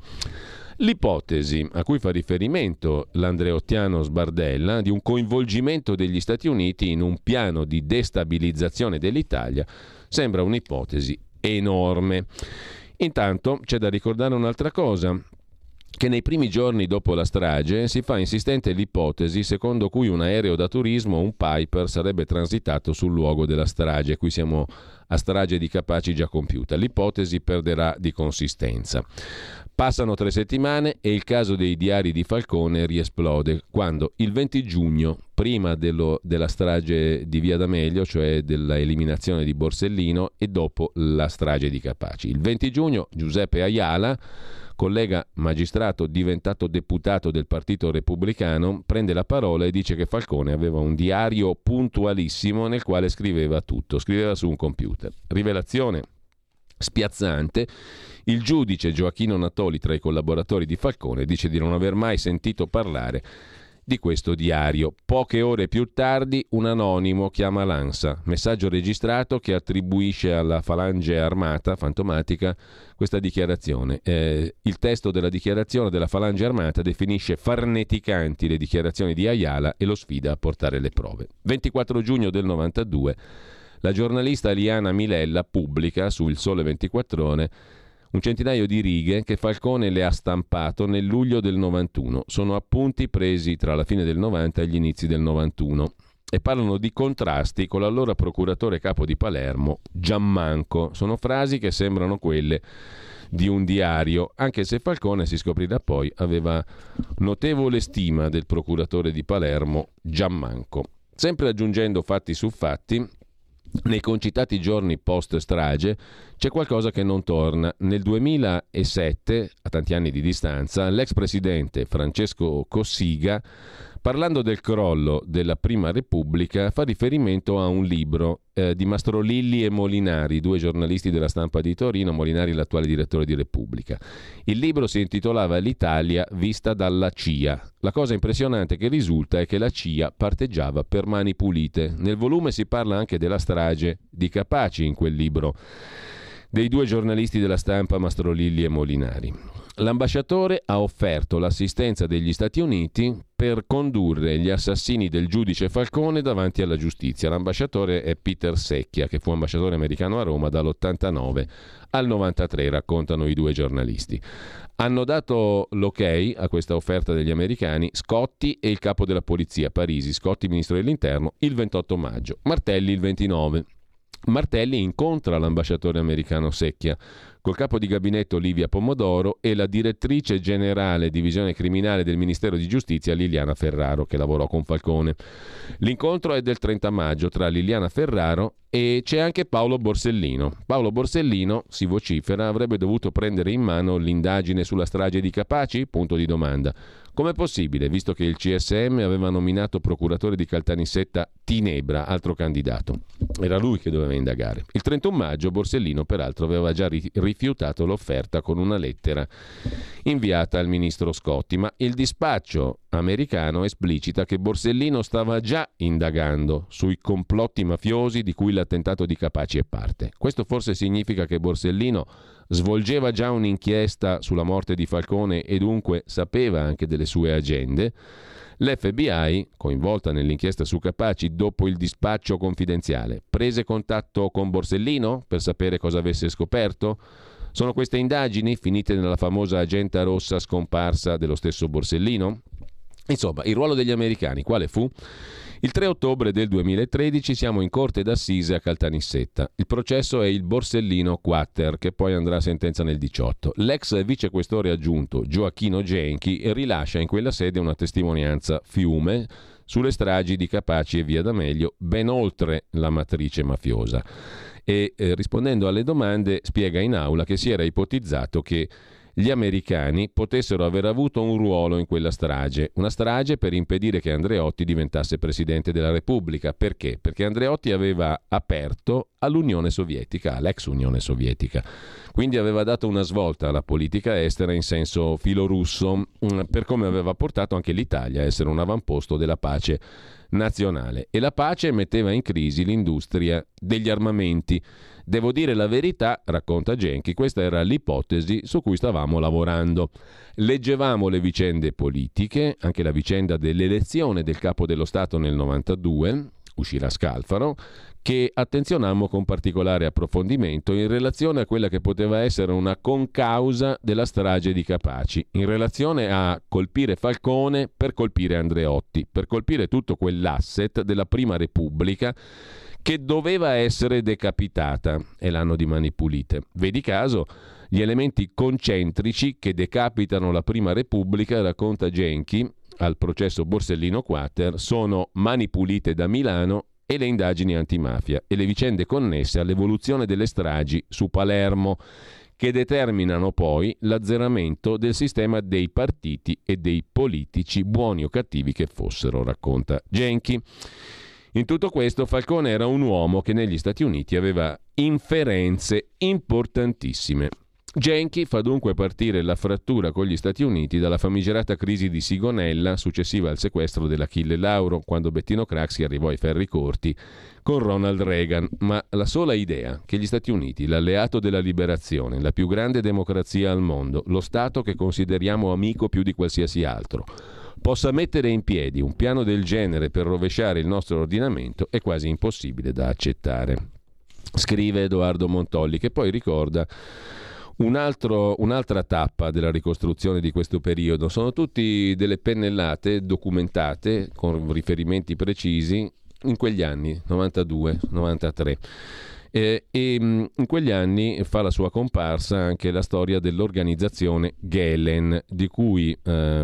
L'ipotesi a cui fa riferimento l'andreottiano Sbardella di un coinvolgimento degli Stati Uniti in un piano di destabilizzazione dell'Italia sembra un'ipotesi enorme. Intanto c'è da ricordare un'altra cosa, che nei primi giorni dopo la strage si fa insistente l'ipotesi secondo cui un aereo da turismo, un Piper, sarebbe transitato sul luogo della strage. Qui siamo a strage di Capaci già compiuta. L'ipotesi perderà di consistenza. Passano 3 settimane e il caso dei diari di Falcone riesplode, quando il 20 giugno, prima della strage di Via D'Amelio, cioè della eliminazione di Borsellino, e dopo la strage di Capaci. Il 20 giugno Giuseppe Ayala, collega magistrato diventato deputato del Partito Repubblicano, prende la parola e dice che Falcone aveva un diario puntualissimo nel quale scriveva tutto, scriveva su un computer. Rivelazione spiazzante. Il giudice Gioacchino Natoli, tra i collaboratori di Falcone, dice di non aver mai sentito parlare di questo diario. Poche ore più tardi un anonimo chiama l'ANSA, messaggio registrato che attribuisce alla Falange Armata fantomatica questa dichiarazione. Il testo della dichiarazione della Falange Armata definisce farneticanti le dichiarazioni di Ayala e lo sfida a portare le prove. 24 giugno del 92 la giornalista Liana Milella pubblica su Il Sole 24 Ore un centinaio di righe che Falcone le ha stampato nel luglio del 91. Sono appunti presi tra la fine del 90 e gli inizi del 91 e parlano di contrasti con l'allora procuratore capo di Palermo, Giammanco. Sono frasi che sembrano quelle di un diario, anche se Falcone, si scoprirà poi, aveva notevole stima del procuratore di Palermo, Giammanco. Sempre aggiungendo fatti su fatti, nei concitati giorni post-strage c'è qualcosa che non torna. Nel 2007, a tanti anni di distanza, l'ex presidente Francesco Cossiga, parlando del crollo della Prima Repubblica, fa riferimento a un libro di Mastrolilli e Molinari, 2 giornalisti della Stampa di Torino, Molinari l'attuale direttore di Repubblica. Il libro si intitolava L'Italia vista dalla CIA. La cosa impressionante che risulta è che la CIA parteggiava per mani pulite. Nel volume si parla anche della strage di Capaci in quel libro, dei 2 giornalisti della Stampa Mastrolilli e Molinari. L'ambasciatore ha offerto l'assistenza degli Stati Uniti per condurre gli assassini del giudice Falcone davanti alla giustizia. L'ambasciatore è Peter Secchia, che fu ambasciatore americano a Roma dall'89 al 93, raccontano i 2 giornalisti. Hanno dato l'ok a questa offerta degli americani Scotti e il capo della polizia, Parisi. Scotti, ministro dell'interno, il 28 maggio, Martelli il 29. Martelli incontra l'ambasciatore americano Secchia col capo di gabinetto Livia Pomodoro e la direttrice generale divisione criminale del Ministero di Giustizia Liliana Ferraro, che lavorò con Falcone. L'incontro è del 30 maggio tra Liliana Ferraro e c'è anche Paolo Borsellino. Paolo Borsellino, si vocifera, avrebbe dovuto prendere in mano l'indagine sulla strage di Capaci? Punto di domanda. Com'è possibile, visto che il CSM aveva nominato procuratore di Caltanissetta Tinebra, altro candidato? Era lui che doveva indagare. Il 31 maggio Borsellino, peraltro, aveva già rifiutato l'offerta con una lettera inviata al ministro Scotti, ma il dispaccio americano esplicita che Borsellino stava già indagando sui complotti mafiosi di cui l'attentato di Capaci è parte. Questo forse significa che Borsellino svolgeva già un'inchiesta sulla morte di Falcone e dunque sapeva anche delle sue agende. L'FBI, coinvolta nell'inchiesta su Capaci dopo il dispaccio confidenziale, prese contatto con Borsellino per sapere cosa avesse scoperto? Sono queste indagini finite nella famosa agenda rossa scomparsa dello stesso Borsellino? Insomma, il ruolo degli americani quale fu? Il 3 ottobre del 2013 siamo in corte d'assise a Caltanissetta. Il processo è il Borsellino Quater, che poi andrà a sentenza nel 18. L'ex vicequestore aggiunto Gioacchino Genchi rilascia in quella sede una testimonianza fiume sulle stragi di Capaci e Via D'Amelio, ben oltre la matrice mafiosa. E rispondendo alle domande spiega in aula che si era ipotizzato che gli americani potessero aver avuto un ruolo in quella strage, una strage per impedire che Andreotti diventasse presidente della Repubblica. Perché? Perché Andreotti aveva aperto all'Unione Sovietica, all'ex Unione Sovietica, quindi aveva dato una svolta alla politica estera in senso filorusso, per come aveva portato anche l'Italia a essere un avamposto della pace nazionale e la pace metteva in crisi l'industria degli armamenti. Devo dire la verità, racconta Genchi, questa era l'ipotesi su cui stavamo lavorando. Leggevamo le vicende politiche, anche la vicenda dell'elezione del capo dello Stato nel 92, uscirà Scalfaro, che attenzionammo con particolare approfondimento in relazione a quella che poteva essere una concausa della strage di Capaci, in relazione a colpire Falcone per colpire Andreotti, per colpire tutto quell'asset della Prima Repubblica che doveva essere decapitata, è l'anno di Mani Pulite. Vedi caso gli elementi concentrici che decapitano la Prima Repubblica, racconta Genchi, al processo Borsellino Quater, sono Mani Pulite da Milano e le indagini antimafia e le vicende connesse all'evoluzione delle stragi su Palermo, che determinano poi l'azzeramento del sistema dei partiti e dei politici, buoni o cattivi che fossero, racconta Genchi. In tutto questo Falcone era un uomo che negli Stati Uniti aveva inferenze importantissime. Genchi fa dunque partire la frattura con gli Stati Uniti dalla famigerata crisi di Sigonella successiva al sequestro dell'Achille Lauro, quando Bettino Craxi arrivò ai ferri corti con Ronald Reagan. Ma la sola idea che gli Stati Uniti, l'alleato della liberazione, la più grande democrazia al mondo, lo Stato che consideriamo amico più di qualsiasi altro, possa mettere in piedi un piano del genere per rovesciare il nostro ordinamento è quasi impossibile da accettare. Scrive Edoardo Montolli, che poi ricorda un'altra tappa della ricostruzione di questo periodo. Sono tutti delle pennellate documentate con riferimenti precisi in quegli anni, 92, 93. E in quegli anni fa la sua comparsa anche la storia dell'organizzazione Gehlen, di cui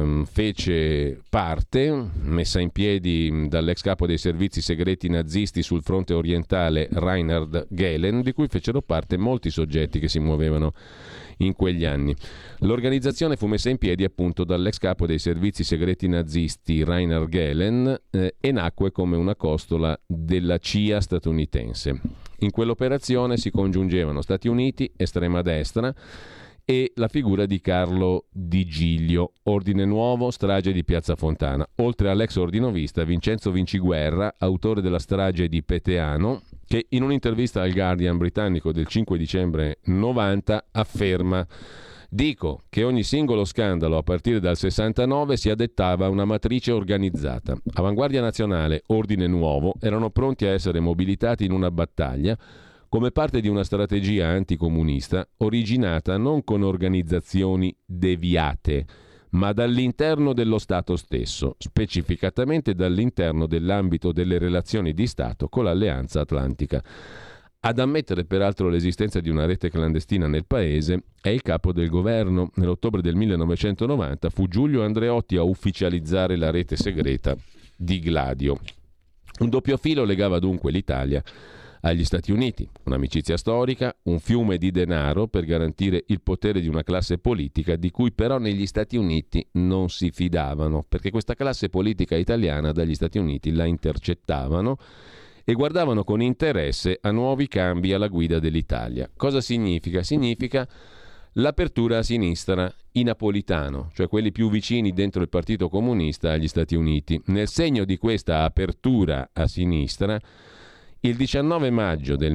fece parte, messa in piedi dall'ex capo dei servizi segreti nazisti sul fronte orientale Reinhard Gehlen, di cui fecero parte molti soggetti che si muovevano in quegli anni. L'organizzazione fu messa in piedi appunto dall'ex capo dei servizi segreti nazisti Reinhard Gehlen e nacque come una costola della CIA statunitense. In quell'operazione si congiungevano Stati Uniti, estrema destra, e la figura di Carlo Di Giglio, Ordine Nuovo, strage di Piazza Fontana, oltre all'ex ordinovista Vincenzo Vinciguerra, autore della strage di Peteano, che in un'intervista al Guardian britannico del 5 dicembre 90 afferma: dico che ogni singolo scandalo a partire dal 69 si addettava a una matrice organizzata. Avanguardia Nazionale, Ordine Nuovo erano pronti a essere mobilitati in una battaglia come parte di una strategia anticomunista originata non con organizzazioni deviate, ma dall'interno dello Stato stesso, specificatamente dall'interno dell'ambito delle relazioni di Stato con l'Alleanza Atlantica. Ad ammettere peraltro l'esistenza di una rete clandestina nel paese è il capo del governo. Nell'ottobre del 1990 fu Giulio Andreotti a ufficializzare la rete segreta di Gladio. Un doppio filo legava dunque l'Italia agli Stati Uniti, un'amicizia storica, un fiume di denaro per garantire il potere di una classe politica di cui però negli Stati Uniti non si fidavano, perché questa classe politica italiana dagli Stati Uniti la intercettavano e guardavano con interesse a nuovi cambi alla guida dell'Italia. Cosa significa? Significa l'apertura a sinistra, i Napolitano, cioè quelli più vicini dentro il Partito Comunista agli Stati Uniti. Nel segno di questa apertura a sinistra, il 19 maggio del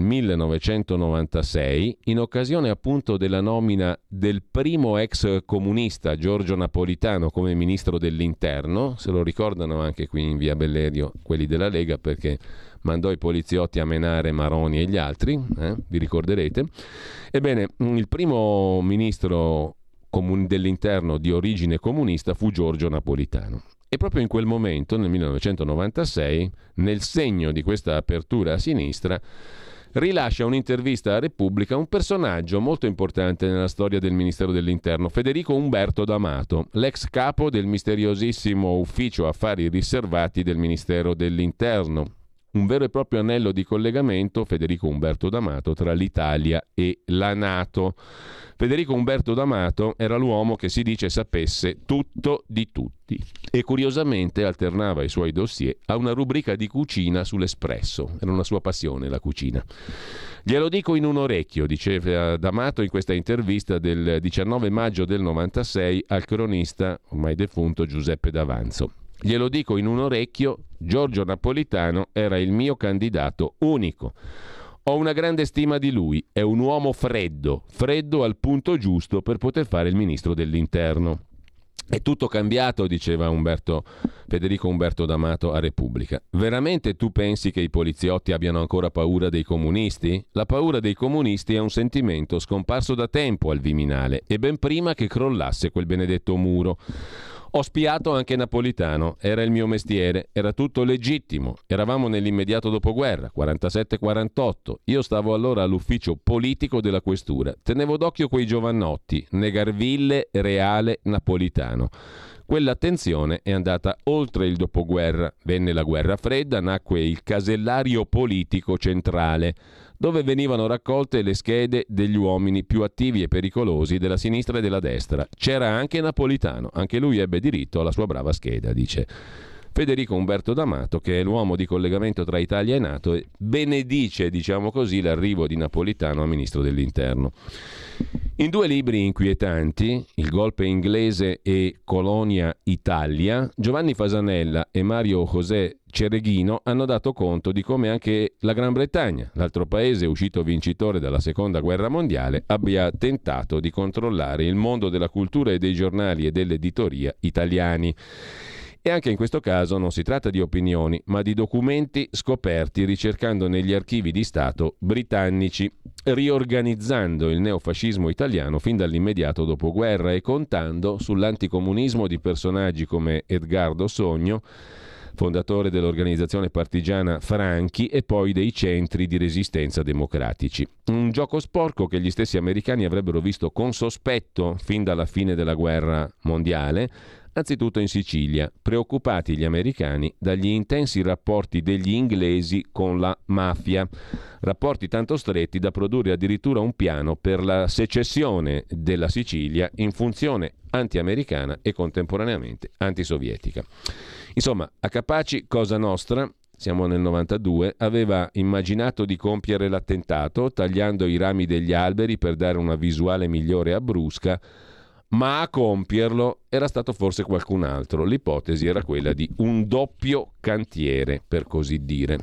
1996, in occasione appunto della nomina del primo ex comunista Giorgio Napolitano come ministro dell'Interno, se lo ricordano anche qui in via Bellerio quelli della Lega, perché mandò i poliziotti a menare Maroni e gli altri, vi ricorderete. Ebbene, il primo ministro dell'Interno di origine comunista fu Giorgio Napolitano. E proprio in quel momento, nel 1996, nel segno di questa apertura a sinistra, rilascia un'intervista a Repubblica un personaggio molto importante nella storia del Ministero dell'Interno, Federico Umberto D'Amato, l'ex capo del misteriosissimo ufficio affari riservati del Ministero dell'Interno. Un vero e proprio anello di collegamento, Federico Umberto D'Amato, tra l'Italia e la NATO. Federico Umberto D'Amato era l'uomo che si dice sapesse tutto di tutti e curiosamente alternava i suoi dossier a una rubrica di cucina sull'Espresso. Era una sua passione la cucina. Glielo dico in un orecchio, diceva D'Amato in questa intervista del 19 maggio del 96 al cronista ormai defunto Giuseppe D'Avanzo. Glielo dico in un orecchio, Giorgio Napolitano era il mio candidato unico. Ho una grande stima di lui, è un uomo freddo al punto giusto per poter fare il ministro dell'Interno. È tutto cambiato, diceva Federico Umberto D'Amato a Repubblica. Veramente tu pensi che i poliziotti abbiano ancora paura dei comunisti? La paura dei comunisti è un sentimento scomparso da tempo al Viminale e ben prima che crollasse quel benedetto muro. Ho spiato anche Napolitano, era il mio mestiere, era tutto legittimo, eravamo nell'immediato dopoguerra, 47-48, io stavo allora all'ufficio politico della questura, tenevo d'occhio quei giovannotti, Negarville, Reale, Napolitano. Quell'attenzione è andata oltre il dopoguerra, venne la guerra fredda, nacque il casellario politico centrale, dove venivano raccolte le schede degli uomini più attivi e pericolosi della sinistra e della destra. C'era anche Napolitano, anche lui ebbe diritto alla sua brava scheda, dice Federico Umberto D'Amato, che è l'uomo di collegamento tra Italia e NATO e benedice, diciamo così, l'arrivo di Napolitano a ministro dell'Interno. In due libri inquietanti, Il golpe inglese e Colonia Italia, Giovanni Fasanella e Mario José Cereghino hanno dato conto di come anche la Gran Bretagna, l'altro paese uscito vincitore dalla Seconda Guerra Mondiale, abbia tentato di controllare il mondo della cultura e dei giornali e dell'editoria italiani. E anche in questo caso non si tratta di opinioni, ma di documenti scoperti ricercando negli archivi di Stato britannici, riorganizzando il neofascismo italiano fin dall'immediato dopoguerra e contando sull'anticomunismo di personaggi come Edgardo Sogno, fondatore dell'organizzazione partigiana Franchi e poi dei centri di resistenza democratici. Un gioco sporco che gli stessi americani avrebbero visto con sospetto fin dalla fine della guerra mondiale, anzitutto in Sicilia, preoccupati gli americani dagli intensi rapporti degli inglesi con la mafia, rapporti tanto stretti da produrre addirittura un piano per la secessione della Sicilia in funzione anti-americana e contemporaneamente antisovietica. Insomma, a Capaci Cosa Nostra, siamo nel 92, aveva immaginato di compiere l'attentato tagliando i rami degli alberi per dare una visuale migliore a Brusca, ma a compierlo era stato forse qualcun altro. L'ipotesi era quella di un doppio cantiere, per così dire.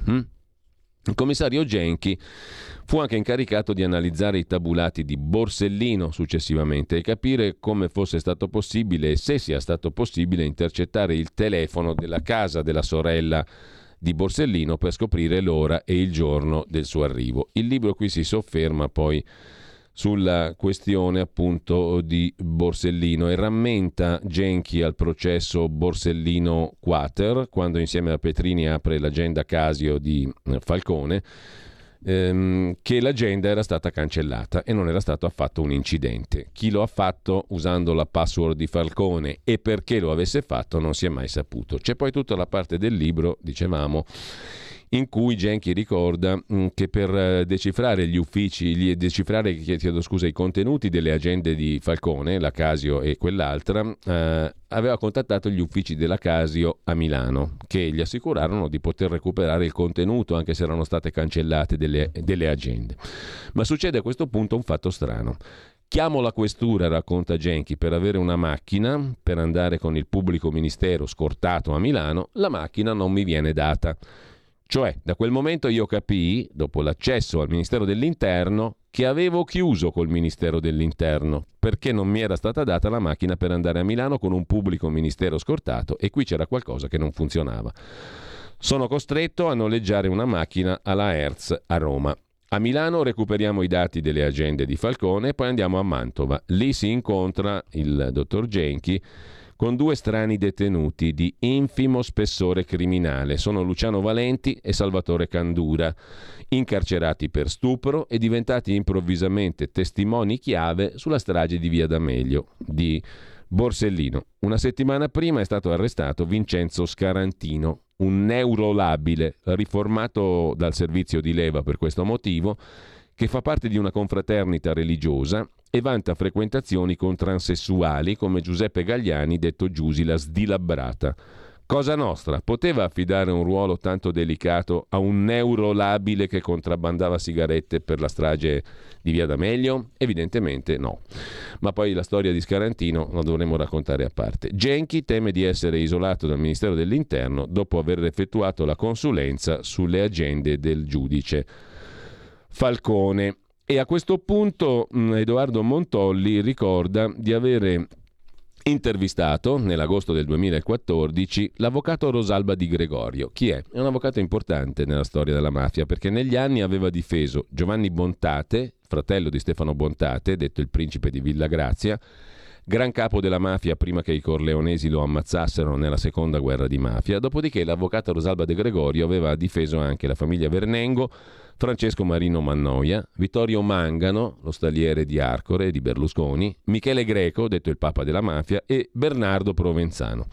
Il commissario Genchi fu anche incaricato di analizzare i tabulati di Borsellino successivamente e capire come fosse stato possibile e se sia stato possibile intercettare il telefono della casa della sorella di Borsellino per scoprire l'ora e il giorno del suo arrivo. Il libro qui si sofferma poi sulla questione appunto di Borsellino e rammenta Genchi al processo Borsellino Quater, quando insieme a Petrini apre l'agenda Casio di Falcone, che l'agenda era stata cancellata e non era stato affatto un incidente. Chi lo ha fatto usando la password di Falcone e perché lo avesse fatto non si è mai saputo. C'è poi tutta la parte del libro, dicevamo, in cui Genchi ricorda che per decifrare i contenuti delle agende di Falcone, la Casio e quell'altra, aveva contattato gli uffici della Casio a Milano, che gli assicurarono di poter recuperare il contenuto anche se erano state cancellate delle agende. Ma succede a questo punto un fatto strano. Chiamo la questura, racconta Genchi, per avere una macchina per andare con il pubblico ministero scortato a Milano, la macchina non mi viene data. Cioè, da quel momento io capii, dopo l'accesso al Ministero dell'Interno, che avevo chiuso col Ministero dell'Interno, perché non mi era stata data la macchina per andare a Milano con un pubblico ministero scortato e qui c'era qualcosa che non funzionava. Sono costretto a noleggiare una macchina alla Hertz a Roma. A Milano recuperiamo i dati delle agende di Falcone e poi andiamo a Mantova. Lì si incontra il dottor Genchi con due strani detenuti di infimo spessore criminale. Sono Luciano Valenti e Salvatore Candura, incarcerati per stupro e diventati improvvisamente testimoni chiave sulla strage di Via D'Amelio di Borsellino. Una settimana prima è stato arrestato Vincenzo Scarantino, un neurolabile riformato dal servizio di leva per questo motivo, che fa parte di una confraternita religiosa e vanta frequentazioni con transessuali come Giuseppe Gagliani, detto Giusy la Sdilabbrata. Cosa Nostra poteva affidare un ruolo tanto delicato a un neurolabile che contrabbandava sigarette per la strage di Via D'Amelio? Evidentemente no. Ma poi la storia di Scarantino la dovremo raccontare a parte. Genchi teme di essere isolato dal Ministero dell'Interno dopo aver effettuato la consulenza sulle agende del giudice Falcone. E a questo punto Edoardo Montolli ricorda di avere intervistato nell'agosto del 2014 l'avvocato Rosalba Di Gregorio. Chi è? È un avvocato importante nella storia della mafia, perché negli anni aveva difeso Giovanni Bontate, fratello di Stefano Bontate, detto il principe di Villa Grazia, gran capo della mafia prima che i corleonesi lo ammazzassero nella seconda guerra di mafia. Dopodiché l'avvocato Rosalba De Gregorio aveva difeso anche la famiglia Vernengo, Francesco Marino Mannoia, Vittorio Mangano, lo stalliere di Arcore e di Berlusconi, Michele Greco, detto il papa della mafia, e Bernardo Provenzano.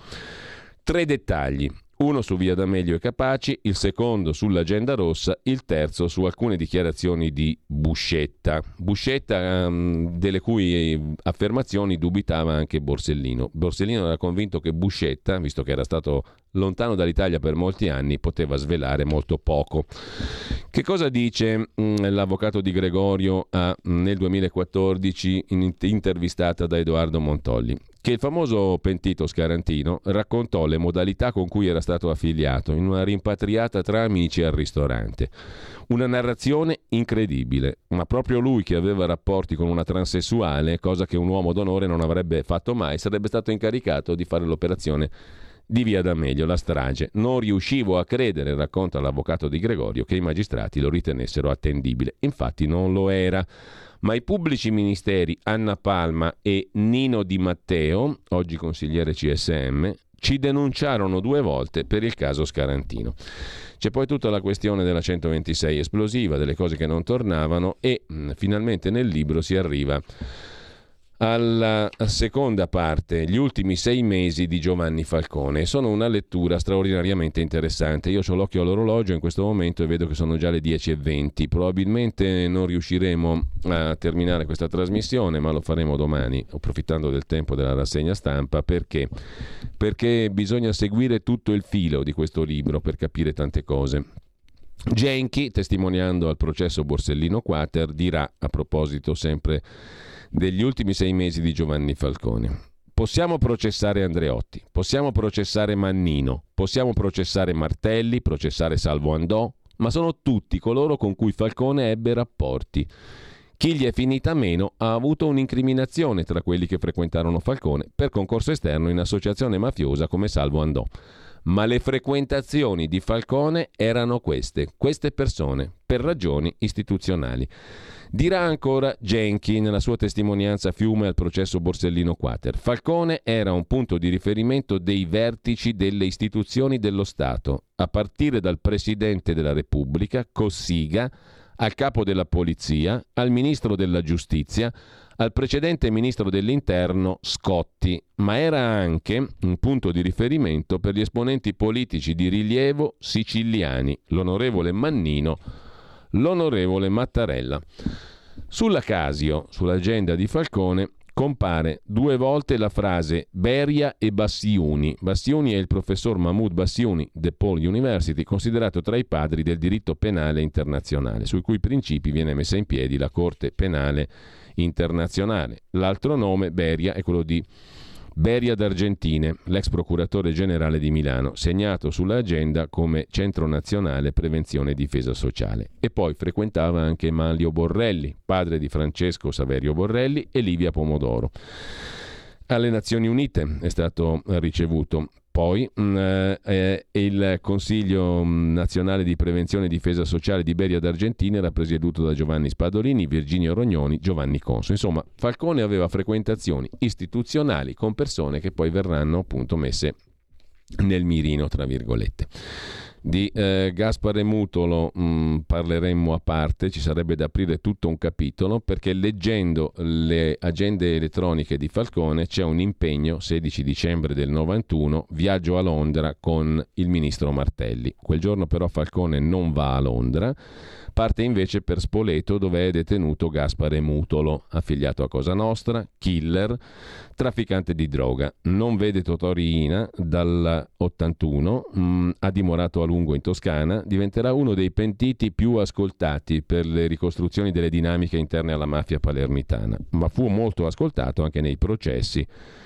3 dettagli. Uno su Via D'Amelio e Capaci, il secondo sull'agenda rossa, il terzo su alcune dichiarazioni di Buscetta. Buscetta, delle cui affermazioni dubitava anche Borsellino. Borsellino era convinto che Buscetta, visto che era stato lontano dall'Italia per molti anni, poteva svelare molto poco. Che cosa dice l'avvocato Di Gregorio nel 2014 intervistata da Edoardo Montolli? Che il famoso pentito Scarantino raccontò le modalità con cui era stato affiliato in una rimpatriata tra amici al ristorante. Una narrazione incredibile, ma proprio lui, che aveva rapporti con una transessuale, cosa che un uomo d'onore non avrebbe fatto mai, sarebbe stato incaricato di fare l'operazione di Via D'Amelio, la strage. Non riuscivo a credere, racconta l'avvocato Di Gregorio, che i magistrati lo ritenessero attendibile. Infatti non lo era. Ma i pubblici ministeri Anna Palma e Nino Di Matteo, oggi consigliere CSM, ci denunciarono 2 volte per il caso Scarantino. C'è poi tutta la questione della 126 esplosiva, delle cose che non tornavano, e finalmente nel libro si arriva alla seconda parte, gli ultimi 6 mesi di Giovanni Falcone. Sono una lettura straordinariamente interessante. Io ho l'occhio all'orologio in questo momento e vedo che sono già le 10:20. Probabilmente non riusciremo a terminare questa trasmissione, ma lo faremo domani, approfittando del tempo della rassegna stampa. Perché bisogna seguire tutto il filo di questo libro per capire tante cose. Genchi, testimoniando al processo Borsellino Quater, dirà, a proposito sempre degli ultimi 6 mesi di Giovanni Falcone: possiamo processare Andreotti, possiamo processare Mannino, possiamo processare Martelli, processare Salvo Andò, ma sono tutti coloro con cui Falcone ebbe rapporti. Chi gli è finita meno ha avuto un'incriminazione tra quelli che frequentarono Falcone per concorso esterno in associazione mafiosa come Salvo Andò. Ma le frequentazioni di Falcone erano queste persone, per ragioni istituzionali. Dirà ancora Genchi nella sua testimonianza fiume al processo Borsellino Quater: Falcone era un punto di riferimento dei vertici delle istituzioni dello Stato, a partire dal Presidente della Repubblica, Cossiga, al capo della Polizia, al Ministro della Giustizia, al precedente Ministro dell'Interno Scotti, ma era anche un punto di riferimento per gli esponenti politici di rilievo siciliani, l'onorevole Mannino, l'onorevole Mattarella. Sulla Casio, sull'agenda di Falcone, compare 2 volte la frase Beria e Bassiuni. Bassiuni è il professor Mahmoud Bassiuni, DePaul University, considerato tra i padri del diritto penale internazionale, sui cui principi viene messa in piedi la Corte Penale Internazionale. L'altro nome, Beria, è quello di Beria d'Argentine, l'ex procuratore generale di Milano, segnato sulla agenda come Centro Nazionale Prevenzione e Difesa Sociale. E poi frequentava anche Manlio Borrelli, padre di Francesco Saverio Borrelli e Livia Pomodoro. Alle Nazioni Unite è stato ricevuto. Poi il Consiglio Nazionale di Prevenzione e Difesa Sociale di Beria d'Argentina era presieduto da Giovanni Spadolini, Virginio Rognoni, Giovanni Conso. Insomma, Falcone aveva frequentazioni istituzionali con persone che poi verranno appunto messe nel mirino, tra virgolette. Di Gaspare Mutolo parleremmo a parte, ci sarebbe da aprire tutto un capitolo, perché leggendo le agende elettroniche di Falcone c'è un impegno, 16 dicembre del 91, viaggio a Londra con il ministro Martelli. Quel giorno però Falcone non va a Londra, parte invece per Spoleto, dove è detenuto Gaspare Mutolo, affiliato a Cosa Nostra, killer, trafficante di droga. Non vede Totò Riina dal 81, ha dimorato a lungo in Toscana, diventerà uno dei pentiti più ascoltati per le ricostruzioni delle dinamiche interne alla mafia palermitana, ma fu molto ascoltato anche nei processi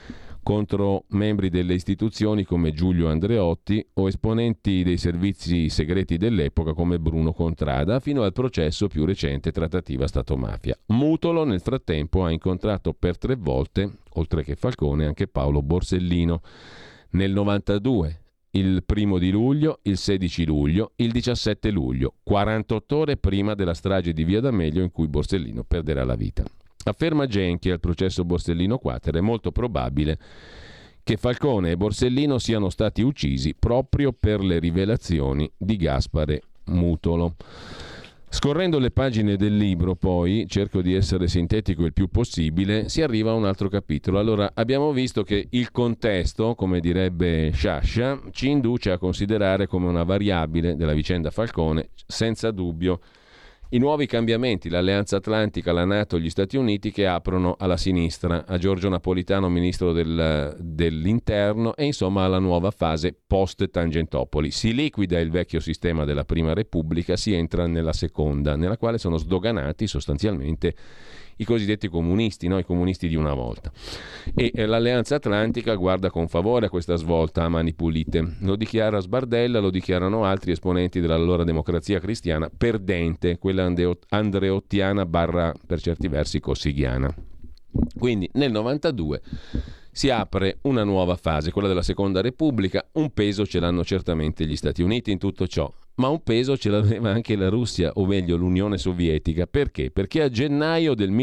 contro membri delle istituzioni come Giulio Andreotti o esponenti dei servizi segreti dell'epoca come Bruno Contrada, fino al processo più recente trattativa Stato-mafia. Mutolo nel frattempo ha incontrato per 3 volte, oltre che Falcone, anche Paolo Borsellino, nel 92, il 1 di luglio, il 16 luglio, il 17 luglio, 48 ore prima della strage di Via D'Amelio in cui Borsellino perderà la vita. Afferma Genchi al processo Borsellino Quater: è molto probabile che Falcone e Borsellino siano stati uccisi proprio per le rivelazioni di Gaspare Mutolo. Scorrendo le pagine del libro, poi, cerco di essere sintetico il più possibile, si arriva a un altro capitolo. Allora, abbiamo visto che il contesto, come direbbe Sciascia, ci induce a considerare come una variabile della vicenda Falcone, senza dubbio, i nuovi cambiamenti, l'Alleanza Atlantica, la NATO, gli Stati Uniti, che aprono alla sinistra, a Giorgio Napolitano, ministro dell'Interno, e insomma alla nuova fase post-Tangentopoli. Si liquida il vecchio sistema della Prima Repubblica, si entra nella seconda, nella quale sono sdoganati sostanzialmente i cosiddetti comunisti, no? I comunisti di una volta. E l'Alleanza Atlantica guarda con favore a questa svolta a mani pulite. Lo dichiara Sbardella, lo dichiarano altri esponenti dell'allora Democrazia Cristiana perdente, quella andreottiana / per certi versi cossigiana. Quindi nel 92 si apre una nuova fase, quella della Seconda Repubblica. Un peso ce l'hanno certamente gli Stati Uniti in tutto ciò, ma un peso ce l'aveva anche la Russia, o meglio l'Unione Sovietica. Perché? Perché a gennaio del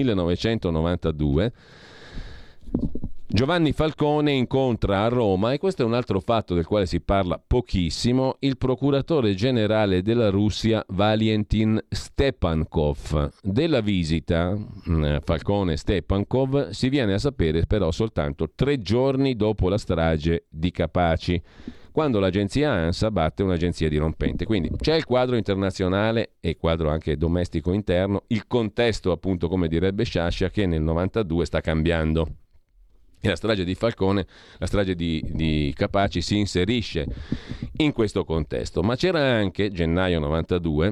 1992 Giovanni Falcone incontra a Roma, e questo è un altro fatto del quale si parla pochissimo, il procuratore generale della Russia Valentin Stepankov. Della visita Falcone-Stepankov si viene a sapere però soltanto 3 giorni dopo la strage di Capaci, quando l'agenzia ANSA batte un'agenzia dirompente. Quindi c'è il quadro internazionale e quadro anche domestico interno, il contesto, appunto, come direbbe Sciascia, che nel 92 sta cambiando. E la strage di Falcone, la strage di Capaci, si inserisce in questo contesto. Ma c'era anche, gennaio 92,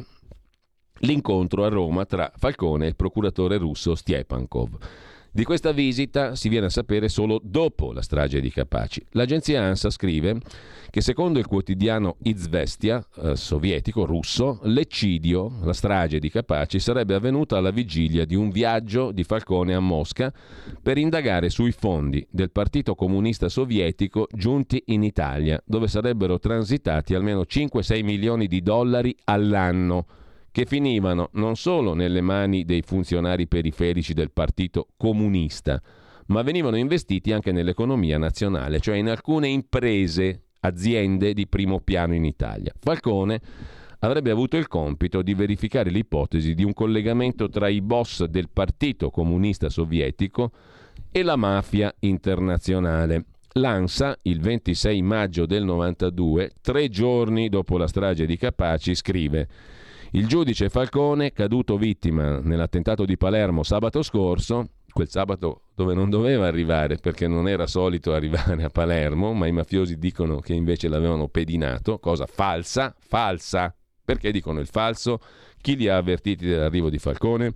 l'incontro a Roma tra Falcone e il procuratore russo Stepankov. Di questa visita si viene a sapere solo dopo la strage di Capaci. L'agenzia ANSA scrive che secondo il quotidiano Izvestia, sovietico, russo, l'eccidio, la strage di Capaci, sarebbe avvenuta alla vigilia di un viaggio di Falcone a Mosca per indagare sui fondi del Partito Comunista Sovietico giunti in Italia, dove sarebbero transitati almeno 5-6 milioni di dollari all'anno, che finivano non solo nelle mani dei funzionari periferici del Partito Comunista, ma venivano investiti anche nell'economia nazionale, cioè in alcune imprese, aziende di primo piano in Italia. Falcone avrebbe avuto il compito di verificare l'ipotesi di un collegamento tra i boss del Partito Comunista Sovietico e la mafia internazionale. L'ANSA, il 26 maggio del 92, 3 giorni dopo la strage di Capaci, scrive: il giudice Falcone, caduto vittima nell'attentato di Palermo sabato scorso, quel sabato dove non doveva arrivare perché non era solito arrivare a Palermo, ma i mafiosi dicono che invece l'avevano pedinato, cosa falsa. Perché dicono il falso? Chi li ha avvertiti dell'arrivo di Falcone?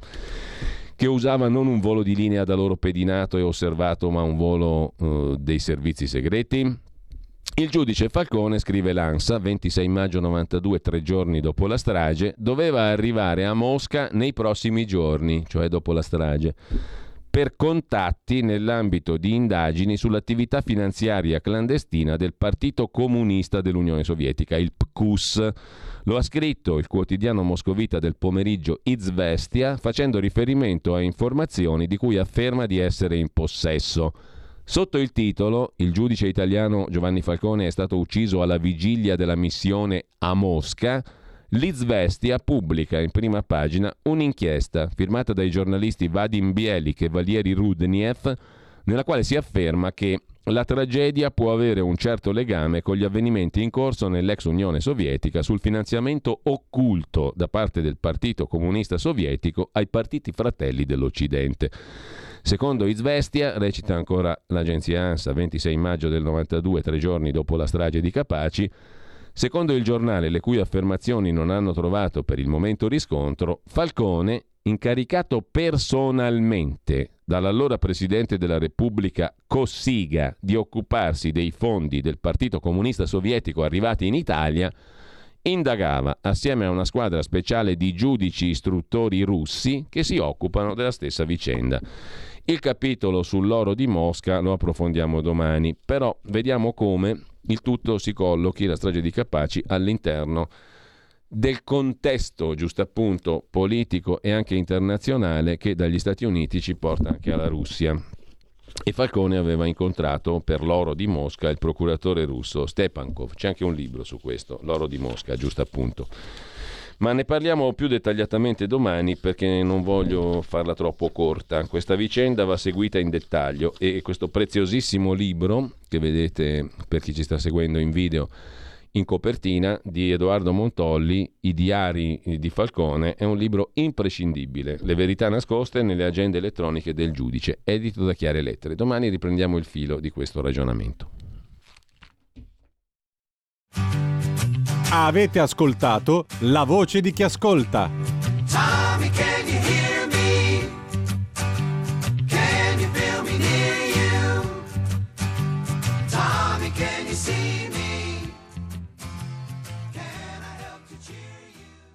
Che usava non un volo di linea da loro pedinato e osservato, ma un volo dei servizi segreti? Il giudice Falcone, scrive l'ANSA, 26 maggio 92, 3 giorni dopo la strage, doveva arrivare a Mosca nei prossimi giorni, cioè dopo la strage, per contatti nell'ambito di indagini sull'attività finanziaria clandestina del Partito Comunista dell'Unione Sovietica, il PKUS. Lo ha scritto il quotidiano moscovita del pomeriggio Izvestia, facendo riferimento a informazioni di cui afferma di essere in possesso. Sotto il titolo "Il giudice italiano Giovanni Falcone è stato ucciso alla vigilia della missione a Mosca", l'Izvestia pubblica in prima pagina un'inchiesta firmata dai giornalisti Vadim Bielik e Valery Rudniev, nella quale si afferma che la tragedia può avere un certo legame con gli avvenimenti in corso nell'ex Unione Sovietica sul finanziamento occulto da parte del Partito Comunista Sovietico ai partiti fratelli dell'Occidente. Secondo Izvestia, recita ancora l'agenzia ANSA, 26 maggio del 92, 3 giorni dopo la strage di Capaci, secondo il giornale, le cui affermazioni non hanno trovato per il momento riscontro, Falcone, incaricato personalmente dall'allora Presidente della Repubblica Cossiga di occuparsi dei fondi del Partito Comunista Sovietico arrivati in Italia, indagava assieme a una squadra speciale di giudici istruttori russi che si occupano della stessa vicenda. Il capitolo sull'oro di Mosca lo approfondiamo domani, però vediamo come il tutto si collochi, la strage di Capaci, all'interno del contesto, giusto appunto, politico e anche internazionale che dagli Stati Uniti ci porta anche alla Russia. E Falcone aveva incontrato per l'oro di Mosca il procuratore russo Stepankov. C'è anche un libro su questo, l'oro di Mosca, giusto appunto. Ma ne parliamo più dettagliatamente domani, perché non voglio farla troppo corta. Questa vicenda va seguita in dettaglio e questo preziosissimo libro, che vedete per chi ci sta seguendo in video in copertina, di Edoardo Montolli, I diari di Falcone, è un libro imprescindibile. Le verità nascoste nelle agende elettroniche del giudice, edito da Chiare Lettere. Domani riprendiamo il filo di questo ragionamento. Avete ascoltato La voce di chi ascolta.